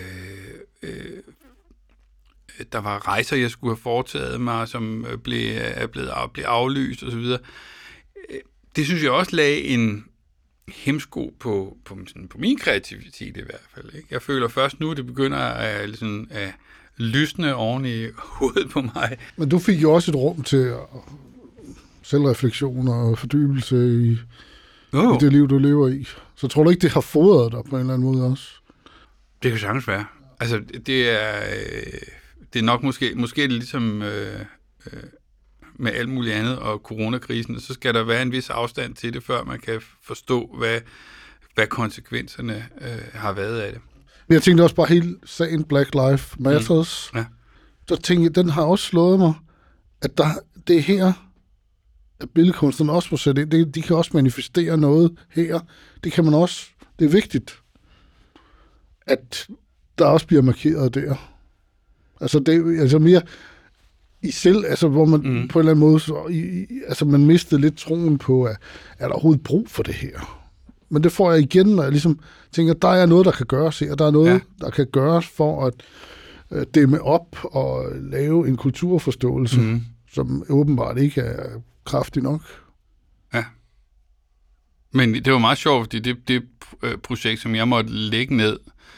der var rejser, jeg skulle have foretaget mig, som blev aflyst osv. Det synes jeg også lagde en hemsko på min kreativitet i hvert fald. Ikke? Jeg føler først nu, det begynder at lysne oven i hovedet på mig. Men du fik jo også et rum til selvreflektion og fordybelse i det liv, du lever i. Så tror du ikke, det har fodret dig på en eller anden måde også? Det kan sagtens være. Altså, det er nok måske er det ligesom med alt muligt andet og coronakrisen, så skal der være en vis afstand til det, før man kan forstå, hvad konsekvenserne har været af det. Men jeg tænkte også bare hele sagen Black Lives Matters. Ja. Så tænkte jeg, den har også slået mig, at det er her, at billedkunstnerne også må sætte ind. De kan også manifestere noget her. Det kan man også. Det er vigtigt, at der også bliver markeret der. Altså, det er altså mere i selv, altså hvor man på en eller anden måde, altså man mistede lidt troen på, at er der overhovedet brug for det her? Men det får jeg igen, når jeg ligesom tænker, der er noget, der kan gøres her, der er noget, der kan gøres for at dæmme op og lave en kulturforståelse, som åbenbart ikke er kraftig nok. Ja. Men det var meget sjovt, fordi det projekt, som jeg måtte lægge ned,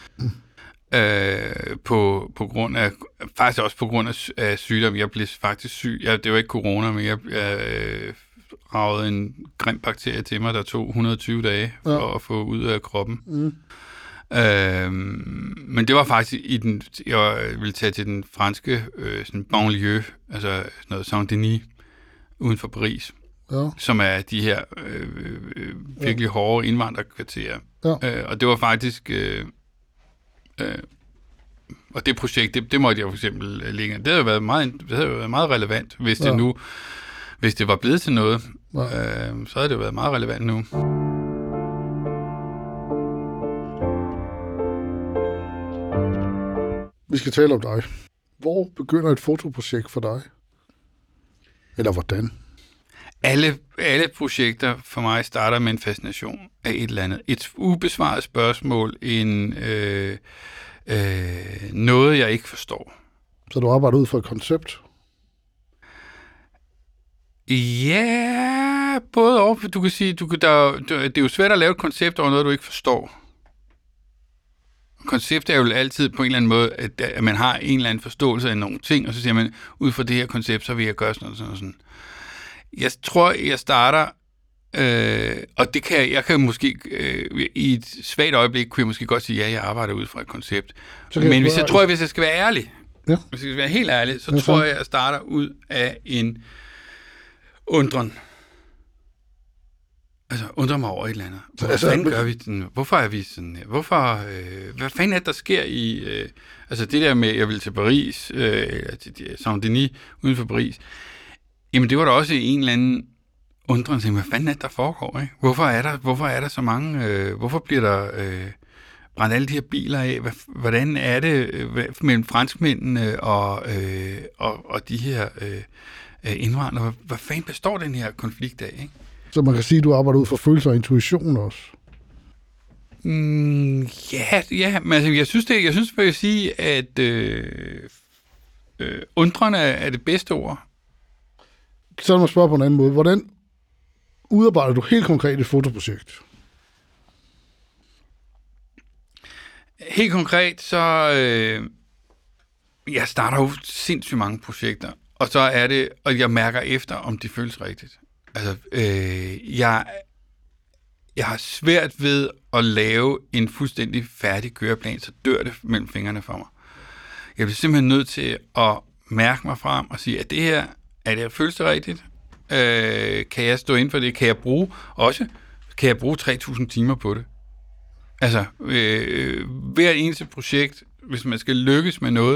på grund af, faktisk også på grund af sygdom. Jeg blev faktisk syg. Det var ikke corona, men jeg ragede en grim bakterie til mig, der tog 120 dage for at få ud af kroppen. Men det var faktisk jeg ville tage til den franske sådan banlieue, altså sådan noget Saint-Denis, uden for Paris, som er de her virkelig hårde indvandrerkvarterer. Og det var faktisk... og det projekt, det måtte jeg for eksempel lægge. Det havde jo været meget relevant, hvis det var blevet til noget. Så havde det jo været meget relevant nu. Vi skal tale om dig. Hvor begynder et fotoprojekt for dig? Eller hvordan? Alle projekter for mig starter med en fascination af et eller andet. Et ubesvaret spørgsmål, noget jeg ikke forstår. Så du arbejder ud fra et koncept? Ja, både og. Du kan sige, det er jo svært at lave et koncept over noget, du ikke forstår. Koncept er jo altid på en eller anden måde, at man har en eller anden forståelse af nogle ting, og så siger man, ud fra det her koncept, så vil jeg gøre sådan og sådan. Jeg tror, jeg starter, og det kan jeg kan måske, i et svagt øjeblik, kunne jeg måske godt sige, ja, jeg arbejder ud fra et koncept. Men hvis jeg skal være ærlig, hvis jeg skal være helt ærlig, så tror jeg starter ud af en undren. Altså, undrer mig over et eller andet. Hvad fanden gør vi sådan? Hvorfor er vi sådan? Hvad fanden er det, der sker i... altså, det der med, at jeg vil til Paris, eller til Saint-Denis, uden for Paris, jamen, det var da også en eller anden undren. Hvad fanden er det, der foregår, ikke? Hvorfor er der så mange... hvorfor bliver der brændt alle de her biler af? Hvordan er det mellem franskmændene og de her indvandrere? Hvad fanden består den her konflikt af, ikke? Så man kan sige, at du arbejder ud for følelser og intuition også? Ja, men altså, jeg synes, vil jeg sige, at undrende er det bedste ord. Så må jeg spørge på en anden måde. Hvordan udarbejder du helt konkret et fotoprojekt? Helt konkret, så jeg starter jo sindssygt mange projekter, og så er det, og jeg mærker efter, om det føles rigtigt. Altså, jeg har svært ved at lave en fuldstændig færdig køreplan, så dør det mellem fingrene for mig. Jeg bliver simpelthen nødt til at mærke mig frem og sige, at det her, føles det rigtigt? Kan jeg stå inden for det? Kan jeg bruge 3.000 timer på det? Altså, hvert eneste projekt, hvis man skal lykkes med noget,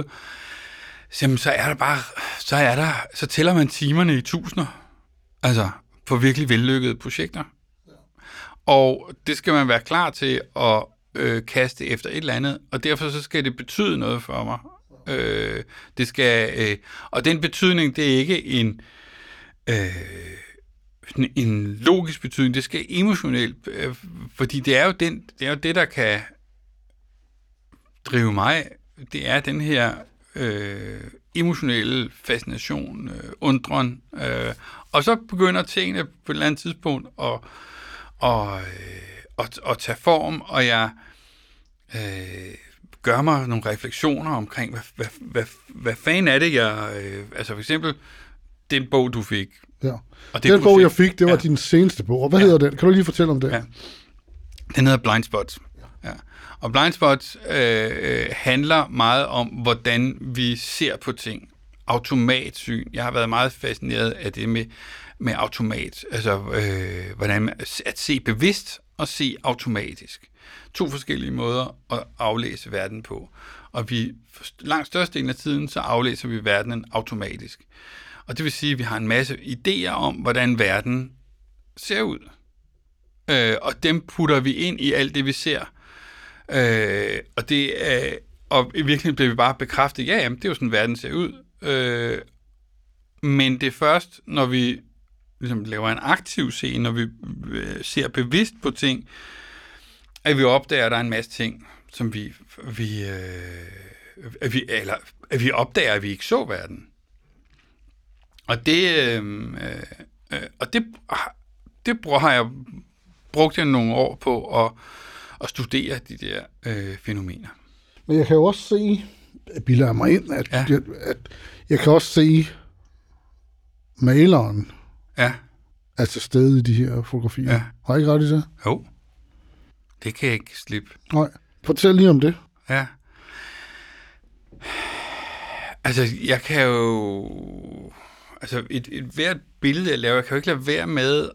så tæller man timerne i tusinder. Altså, på virkelig vellykkede projekter. Ja. Og det skal man være klar til at kaste efter et eller andet, og derfor så skal det betyde noget for mig. Det skal, og den betydning, det er ikke en logisk betydning, det skal emotionelt, fordi det er jo det, der kan drive mig. Det er den her emotionelle fascination, undren, og så begynder tingene på et eller andet tidspunkt at tage form, og jeg gør mig nogle refleksioner omkring, hvad fanden er det, jeg... altså for eksempel, den bog, du fik. Ja. Og den bog, jeg fik, det var din seneste bog. Og hvad hedder den? Kan du lige fortælle om det? Ja. Den hedder Blind Spots. Ja. Og Blind Spots handler meget om, hvordan vi ser på ting. automatsyn. Jeg har været meget fascineret af det med automat. Altså, hvordan at se bevidst og se automatisk. 2 forskellige måder at aflæse verden på. Og langt størstedelen af tiden, så aflæser vi verdenen automatisk. Og det vil sige, at vi har en masse idéer om, hvordan verden ser ud. Og dem putter vi ind i alt det, vi ser. Og i virkeligheden bliver vi bare bekræftet, jamen, det er jo sådan, verden ser ud. Men det er først, når vi ligesom laver en aktiv scene, når vi ser bevidst på ting, at vi opdager, at der er en masse ting, som vi opdager, at vi ikke så verden. Og det har jeg brugt nogle år på at studere de der fænomener. Men jeg kan jo også se, bilder mig ind, at jeg kan også se maleren er til stede i de her fotografier. Ja. Har jeg ikke ret i det? Jo. Det kan jeg ikke slippe. Nej. Fortæl lige om det. Ja. Altså, jeg kan jo... Altså, et hvert billede, jeg laver, jeg kan jo ikke lade være med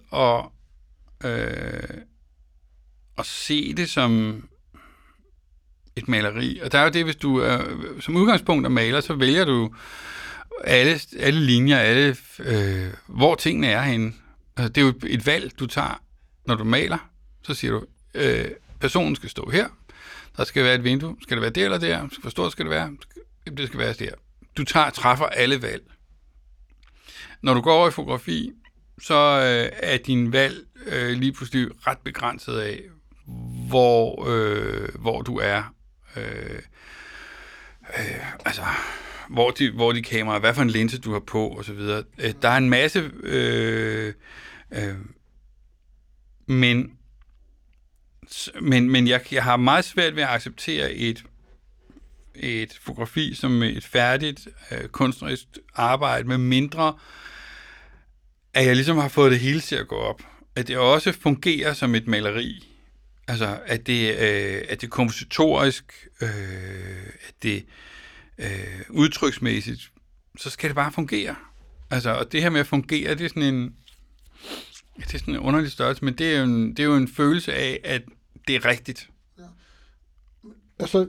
at se det som et maleri. Og der er jo det, hvis du som udgangspunkt er maler, så vælger du alle linjer, hvor tingene er henne. Altså, det er jo et valg, du tager, når du maler. Så siger du, personen skal stå her. Der skal være et vindue. Skal det være der eller der? Hvor stort skal det være? Det skal være der. Du træffer alle valg. Når du går over i fotografi, så er din valg lige pludselig ret begrænset af, hvor du er. Altså, hvor de kameraer, hvad for en linse du har på, og så videre. Der er en masse... Men jeg har meget svært ved at acceptere et fotografi som et færdigt kunstnerisk arbejde, med mindre at jeg ligesom har fået det hele til at gå op. At det også fungerer som et maleri. Altså, at det er kompositorisk, at det udtryksmæssigt, så skal det bare fungere. Altså, og det her med at fungere, det er sådan en underlig størrelse, men det er jo en følelse af, at det er rigtigt. Ja. Altså,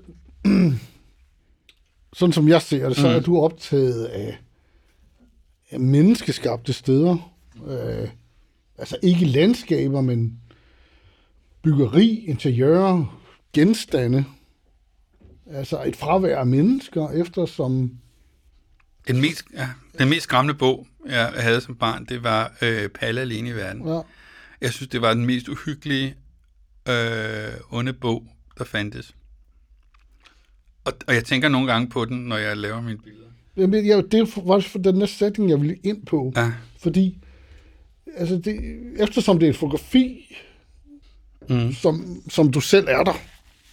sådan som jeg ser det, så er du optaget af menneskeskabte steder. Altså ikke landskaber, men byggeri, interiører, genstande. Altså et fravær af mennesker, eftersom... Den mest skræmmende bog, jeg havde som barn, det var Palle alene i verden. Ja. Jeg synes, det var den mest uhyggelige, onde bog, der fandtes. Og jeg tænker nogle gange på den, når jeg laver mine billeder. Jamen, det var for den næste sætning, jeg ville ind på. Ja. Fordi, altså eftersom det er et fotografi, som du selv er der,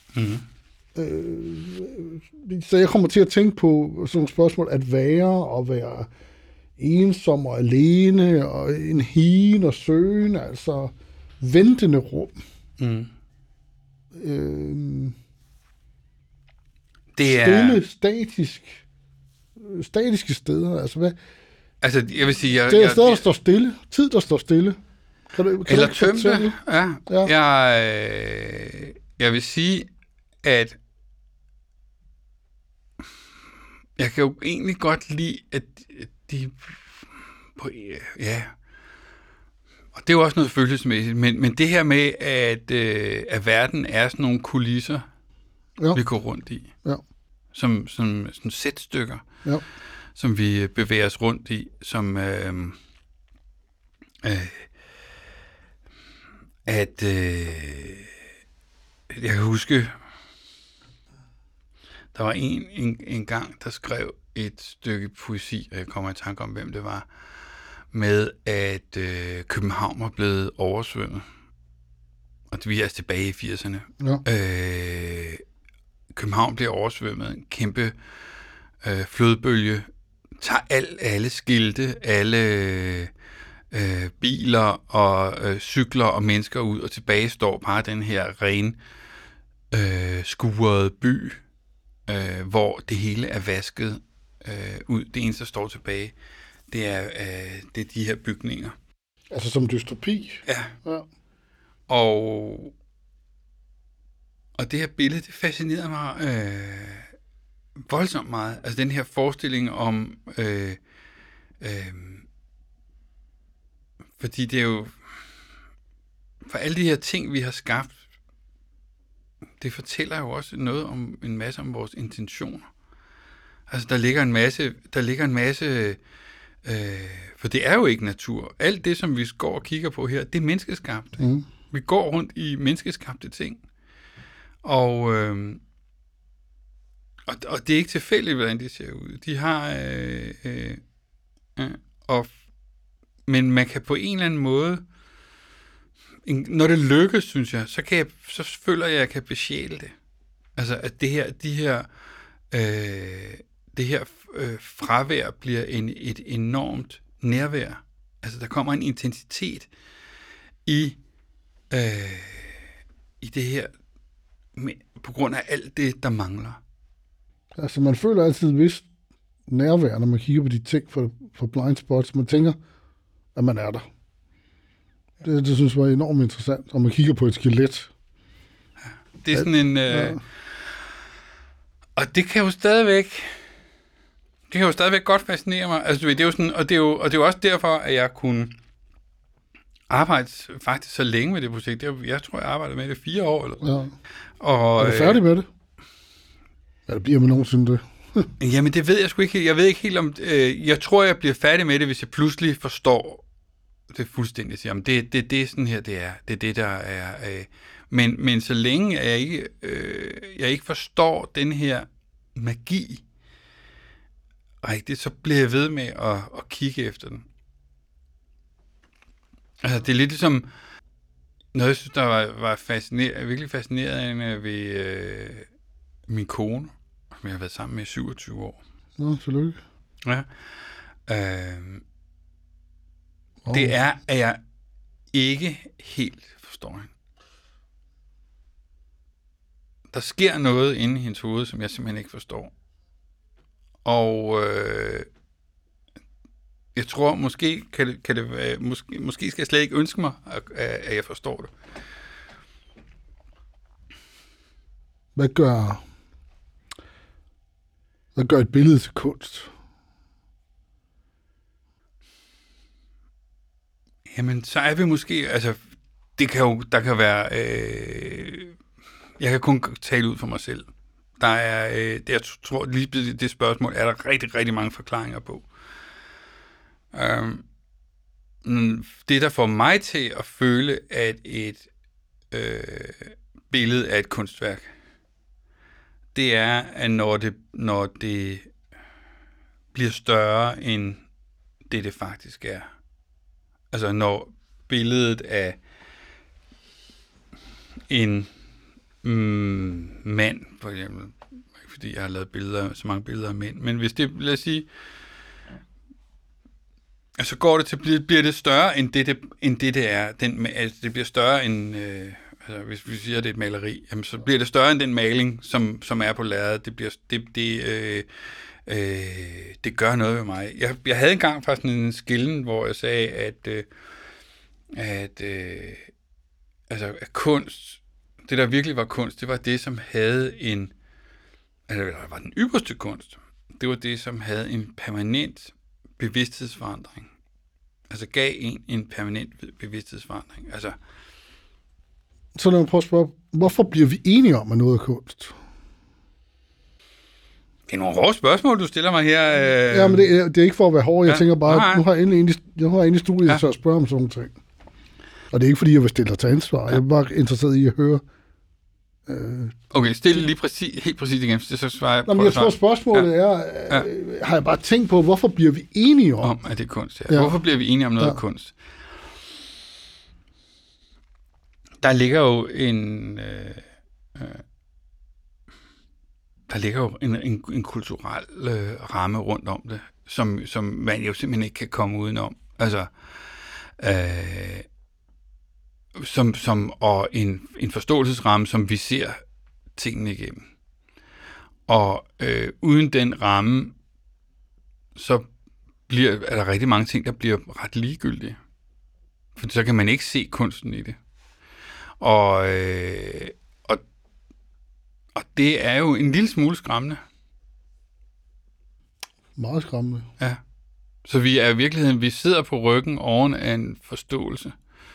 så jeg kommer til at tænke på sådan nogle spørgsmål, at være ensom og alene, og en higen og søgen, altså ventende rum. Det er statiske steder, altså hvad? Altså, jeg vil sige... Det er steder, der står stille. Tid, der står stille. Eller tømte. Ja. Jeg vil sige, at jeg kan jo egentlig godt lide, at de... Ja. Og det er jo også noget følelsesmæssigt, men det her med, at verden er sådan nogle kulisser, vi går rundt i. Ja. Som sætstykker, som vi bevæger os rundt i, som jeg kan huske, der var en gang, der skrev et stykke poesi, og jeg kommer i tanke om, hvem det var, med at København var blevet oversvømmet. Og vi er altså tilbage i 80'erne. Ja. København bliver oversvømmet, en kæmpe flodbølge, tager alle skilte, alle biler og cykler og mennesker ud, og tilbage står bare den her ren skurede by, hvor det hele er vasket ud. Det eneste, der står tilbage, det er de her bygninger. Altså som dystopi? Ja. Ja. Og det her billede, det fascinerede mig voldsomt meget. Altså den her forestilling om... fordi det er jo... For alle de her ting, vi har skabt, det fortæller jo også noget om en masse om vores intentioner. Altså der ligger en masse for det er jo ikke natur. Alt det, som vi går og kigger på her, det er menneskeskabt. Mm. Vi går rundt i menneskeskabte ting. Og det er ikke tilfældigt, hvordan de ser ud. De har... men man kan på en eller anden måde... Når det lykkes, synes jeg, så føler jeg, at jeg kan besjæle det. Altså, at det her fravær bliver et enormt nærvær. Altså, der kommer en intensitet i det her, på grund af alt det, der mangler. Altså, man føler altid et vist nærvær, når man kigger på de ting for blind spots. Man tænker, at man er der. Det synes jeg var enormt interessant, når man kigger på et skelet. Ja, det er sådan en... Og det kan jo stadigvæk godt fascinere mig. Altså, det er jo sådan, og det er jo også derfor, at jeg kunne arbejde faktisk så længe med det projekt. Jeg tror, jeg arbejdede med det 4 år. Eller. Ja. Og, er du færdig med det? Eller bliver man nogensinde det? Jamen, det ved jeg sgu ikke. Jeg ved ikke helt om... jeg tror, jeg bliver færdig med det, hvis jeg pludselig forstår det fuldstændig. Jamen, det er sådan her, det er. Det er det, der er... Men så længe jeg ikke forstår den her magi rigtigt, så bliver jeg ved med at kigge efter den. Altså, det er lidt ligesom noget, jeg synes, der var virkelig fascinerende ved min kone, som jeg har været sammen med i 27 år. Nå, tillykke. Ja. Det er, at jeg ikke helt forstår hende. Der sker noget inde i hendes hoved, som jeg simpelthen ikke forstår. Og jeg tror, måske kan det være, måske skal jeg slet ikke ønske mig, at jeg forstår det. Hvad gør et billede til kunst? Jamen, så er vi måske, altså, der kan være, jeg kan kun tale ud for mig selv. Der er, jeg tror, lige det spørgsmål er der rigtig, rigtig mange forklaringer på. Det, der får mig til at føle, at et billede er et kunstværk, det er, at når det bliver større end det faktisk er. Altså, når billedet af en mand, for eksempel, ikke fordi jeg har lavet så mange billeder af mænd, men hvis det, lad os sige, så går det til, bliver det større end det er. Det bliver større end, altså, hvis vi siger, at det er et maleri, jamen, så bliver det større end den maling, som er på lærredet. Det gør noget ved mig. Jeg havde engang faktisk en skillen, hvor jeg sagde, at kunst, det der virkelig var kunst, det var det, som havde var den ypperste kunst. Det var det, som havde en permanent bevidsthedsforandring. Altså gav en permanent bevidsthedsforandring. Altså, så lad mig prøve at spørge, hvorfor bliver vi enige om, at noget er kunst? Det er nogle hårde spørgsmål, du stiller mig her. Ja, men det er ikke for at være hård. Jeg tænker bare, nu har jeg endelig i studiet til at spørge om sådan nogle ting. Og det er ikke, fordi jeg vil stille dig til ansvar. Jeg er bare interesseret i at høre. Okay, stille lige helt præcis igen, så svarer jeg. Jeg tror, spørgsmålet er, har jeg bare tænkt på, hvorfor bliver vi enige om? At det er kunst, ja. Hvorfor bliver vi enige om noget kunst? Der ligger jo en kulturel ramme rundt om det, som man jo simpelthen ikke kan komme udenom. Altså, og en forståelsesramme, som vi ser tingene igennem. Og uden den ramme, så er der rigtig mange ting, der bliver ret ligegyldige. For så kan man ikke se kunsten i det. Og det er jo en lille smule skræmmende. Meget skræmmende. Ja. Så vi er i virkeligheden, vi sidder på ryggen oven af en forståelse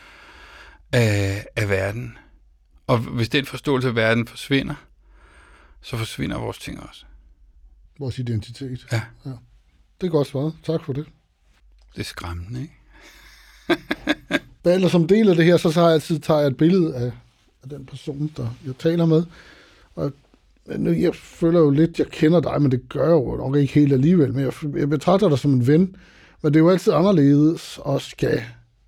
af verden. Og hvis den forståelse af verden forsvinder, så forsvinder vores ting også. Vores identitet. Ja. Det er godt svaret. Tak for det. Det er skræmmende, ikke? Eller som del af det her, så har jeg altid taget et billede af den person, der jeg taler med. Og nu, jeg føler jo lidt, jeg kender dig, men det gør jeg jo nok ikke helt alligevel. Men jeg betragter dig som en ven. Men det er jo altid anderledes og skal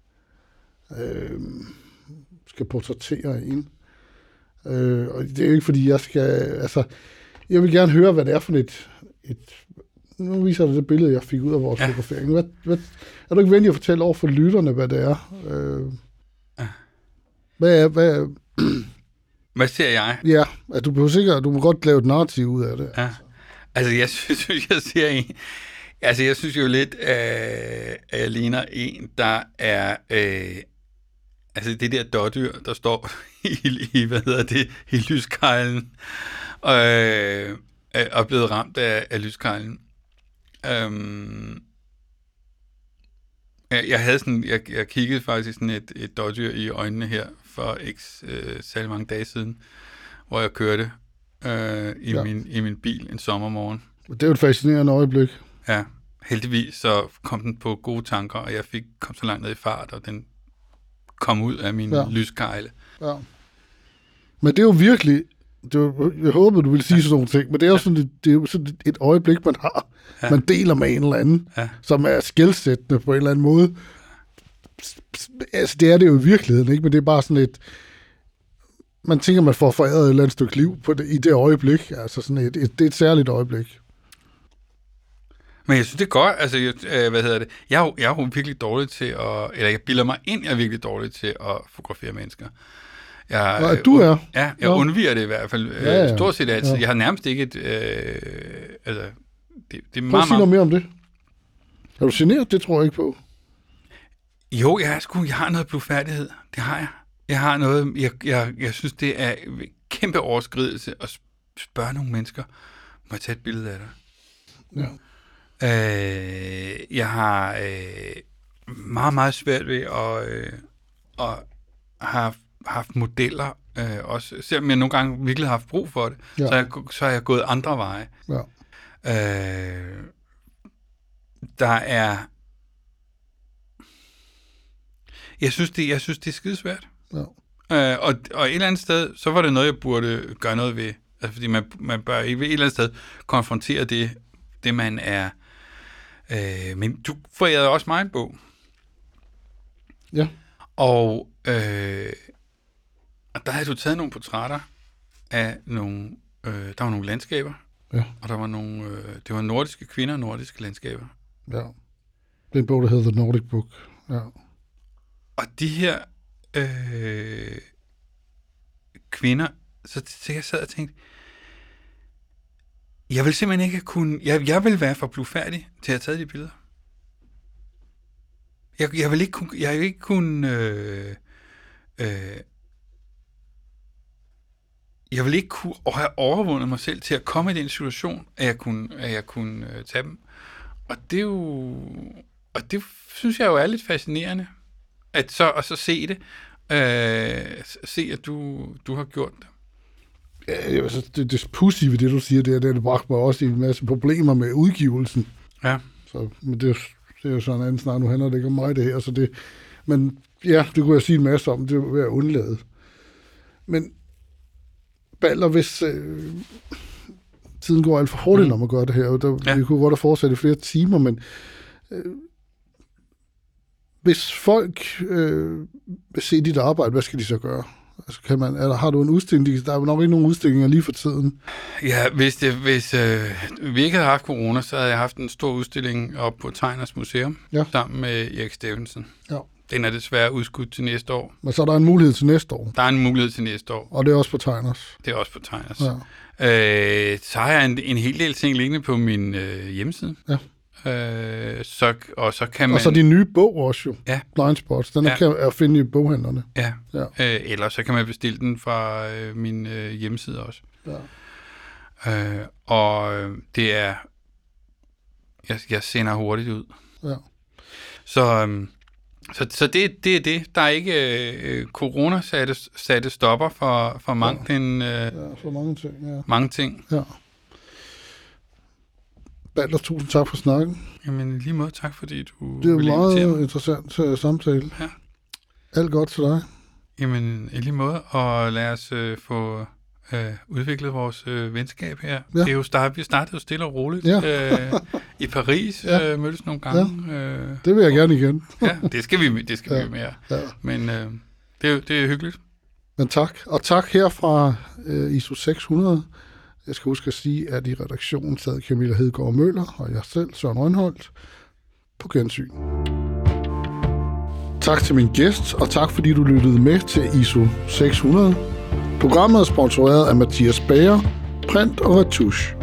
portrættere en. Og det er jo ikke, fordi jeg skal... Altså, jeg vil gerne høre, hvad det er for et nu viser det billede, jeg fik ud af vores fotografering. Er du ikke venlig at fortælle over for lytterne, hvad det er? Hvad ser jeg? Ja, at du behøver sikkert, du må godt lave et narrativ ud af det. Ja. Altså, jeg synes, jeg ser en... Altså, jeg synes jo lidt, at jeg ligner en, der er... altså, det der dårdyr, der står i lyskejlen, og er blevet ramt af lyskejlen. Jeg kiggede faktisk sådan et dårdyr i øjnene her for ikke særlig mange dage siden, hvor jeg kørte i min bil en sommermorgen. Det er jo et fascinerende øjeblik. Ja, heldigvis så kom den på gode tanker, og jeg kom så langt ned i fart, og den kom ud af min lyskejle. Ja. Men det er jo virkelig... jeg håber, du vil sige sådan nogle ting, men det er jo sådan et øjeblik, man har. Ja. Man deler med en eller anden, som er skelsættende på en eller anden måde. Altså, det er det jo i virkeligheden, ikke? Men det er bare sådan et... Man tænker, man får foræret et eller andet stykke liv i det øjeblik. Altså sådan det er et særligt øjeblik. Men jeg synes, det er godt. Altså, jeg er jo virkelig dårlig til at... Eller jeg bilder mig ind, jeg er virkelig dårlig til at fotografere mennesker. Du er? Ja, jeg undviger det i hvert fald. Stort set altid. Jeg har nærmest ikke et... altså, det er meget... Prøv at sige noget mere om det. Er du generet? Det tror jeg ikke på. Jo, jeg har noget blufærdighed. Det har jeg. Jeg har noget... Jeg synes, det er kæmpe overskridelse at spørge nogle mennesker, må jeg tage et billede af dig? Ja. Jeg har meget, meget svært ved at have haft modeller, også, selvom jeg nogle gange virkelig har haft brug for det, så har jeg gået andre veje. Ja. Der er... Jeg synes, det er skidesvært. Ja. Og et eller andet sted, så var det noget, jeg burde gøre noget ved. Altså, fordi man bør et eller andet sted konfrontere det man er... men du forærede også mig en bog. Ja. Og der havde du taget nogle portrætter af nogle... der var nogle landskaber. Ja. Og der var nogle... det var nordiske kvinder og nordiske landskaber. Ja. Det er en bog, der hedder The Nordic Book. Ja. Og de her kvinder... Så jeg sad og tænkte... Jeg vil simpelthen ikke kunne... Jeg vil være for blufærdig til at have taget de billeder. Jeg vil ikke kunne... jeg vil ikke kunne have overvundet mig selv til at komme i den situation, at jeg kunne tage dem. Og det er jo... Og det synes jeg jo er lidt fascinerende. At så se det. Se, at du har gjort det. Ja, altså, det pudsige ved det, du siger, det bragte mig også i en masse problemer med udgivelsen. Ja. Så, men det er jo sådan en anden snak. Nu handler det ikke om mig, det her. Så det, men ja, det kunne jeg sige en masse om. Det vil jeg undlade. Men Balder, hvis tiden går alt for hurtigt, når man gør det her. Vi kunne godt have fortsat i flere timer, men hvis folk vil se dit arbejde, hvad skal de så gøre? Altså, har du en udstilling? Der er nok ikke nogen udstillinger lige for tiden. Ja, hvis vi ikke havde haft corona, så havde jeg haft en stor udstilling op på Tegners Museum, sammen med Erik Steffensen. Ja. Den er desværre udskudt til næste år. Men så er der en mulighed til næste år? Der er en mulighed til næste år. Og det er også på Tegners? Det er også på Tegners. Ja. Så har jeg en hel del ting liggende på min hjemmeside. så kan man... Og så din nye bog også jo. Ja. Blind Spots. Den kan at finde i boghandlerne. Ja. Ja. Eller så kan man bestille den fra min hjemmeside også. Ja. Det er... Jeg sender hurtigt ud. Ja. Så det er det. Der er ikke corona satte stopper for mange, for mange ting, ja. Mange ting. Ja. Balder, tusind tak for snakken. Jamen lige måde, tak fordi du det er ville meget invitere mig. Interessant samtale. Ja. Alt godt til dig. Jamen i lige måde, og lad os få udviklet vores venskab her. Ja. Det er jo vi startede jo stille og roligt i Paris, mødtes nogle gange. Ja. Det vil jeg gerne igen. Ja, det skal vi mere. Ja. Men det er hyggeligt. Men tak. Og tak her fra ISO 600. Jeg skal huske at sige, at i redaktionen sad Camilla Hedegaard Møller og jeg selv, Søren Rønholdt, på gensyn. Tak til min gæst, og tak fordi du lyttede med til ISO 600. Programmet er sponsoreret af Mathias Bager, Print og Retouche.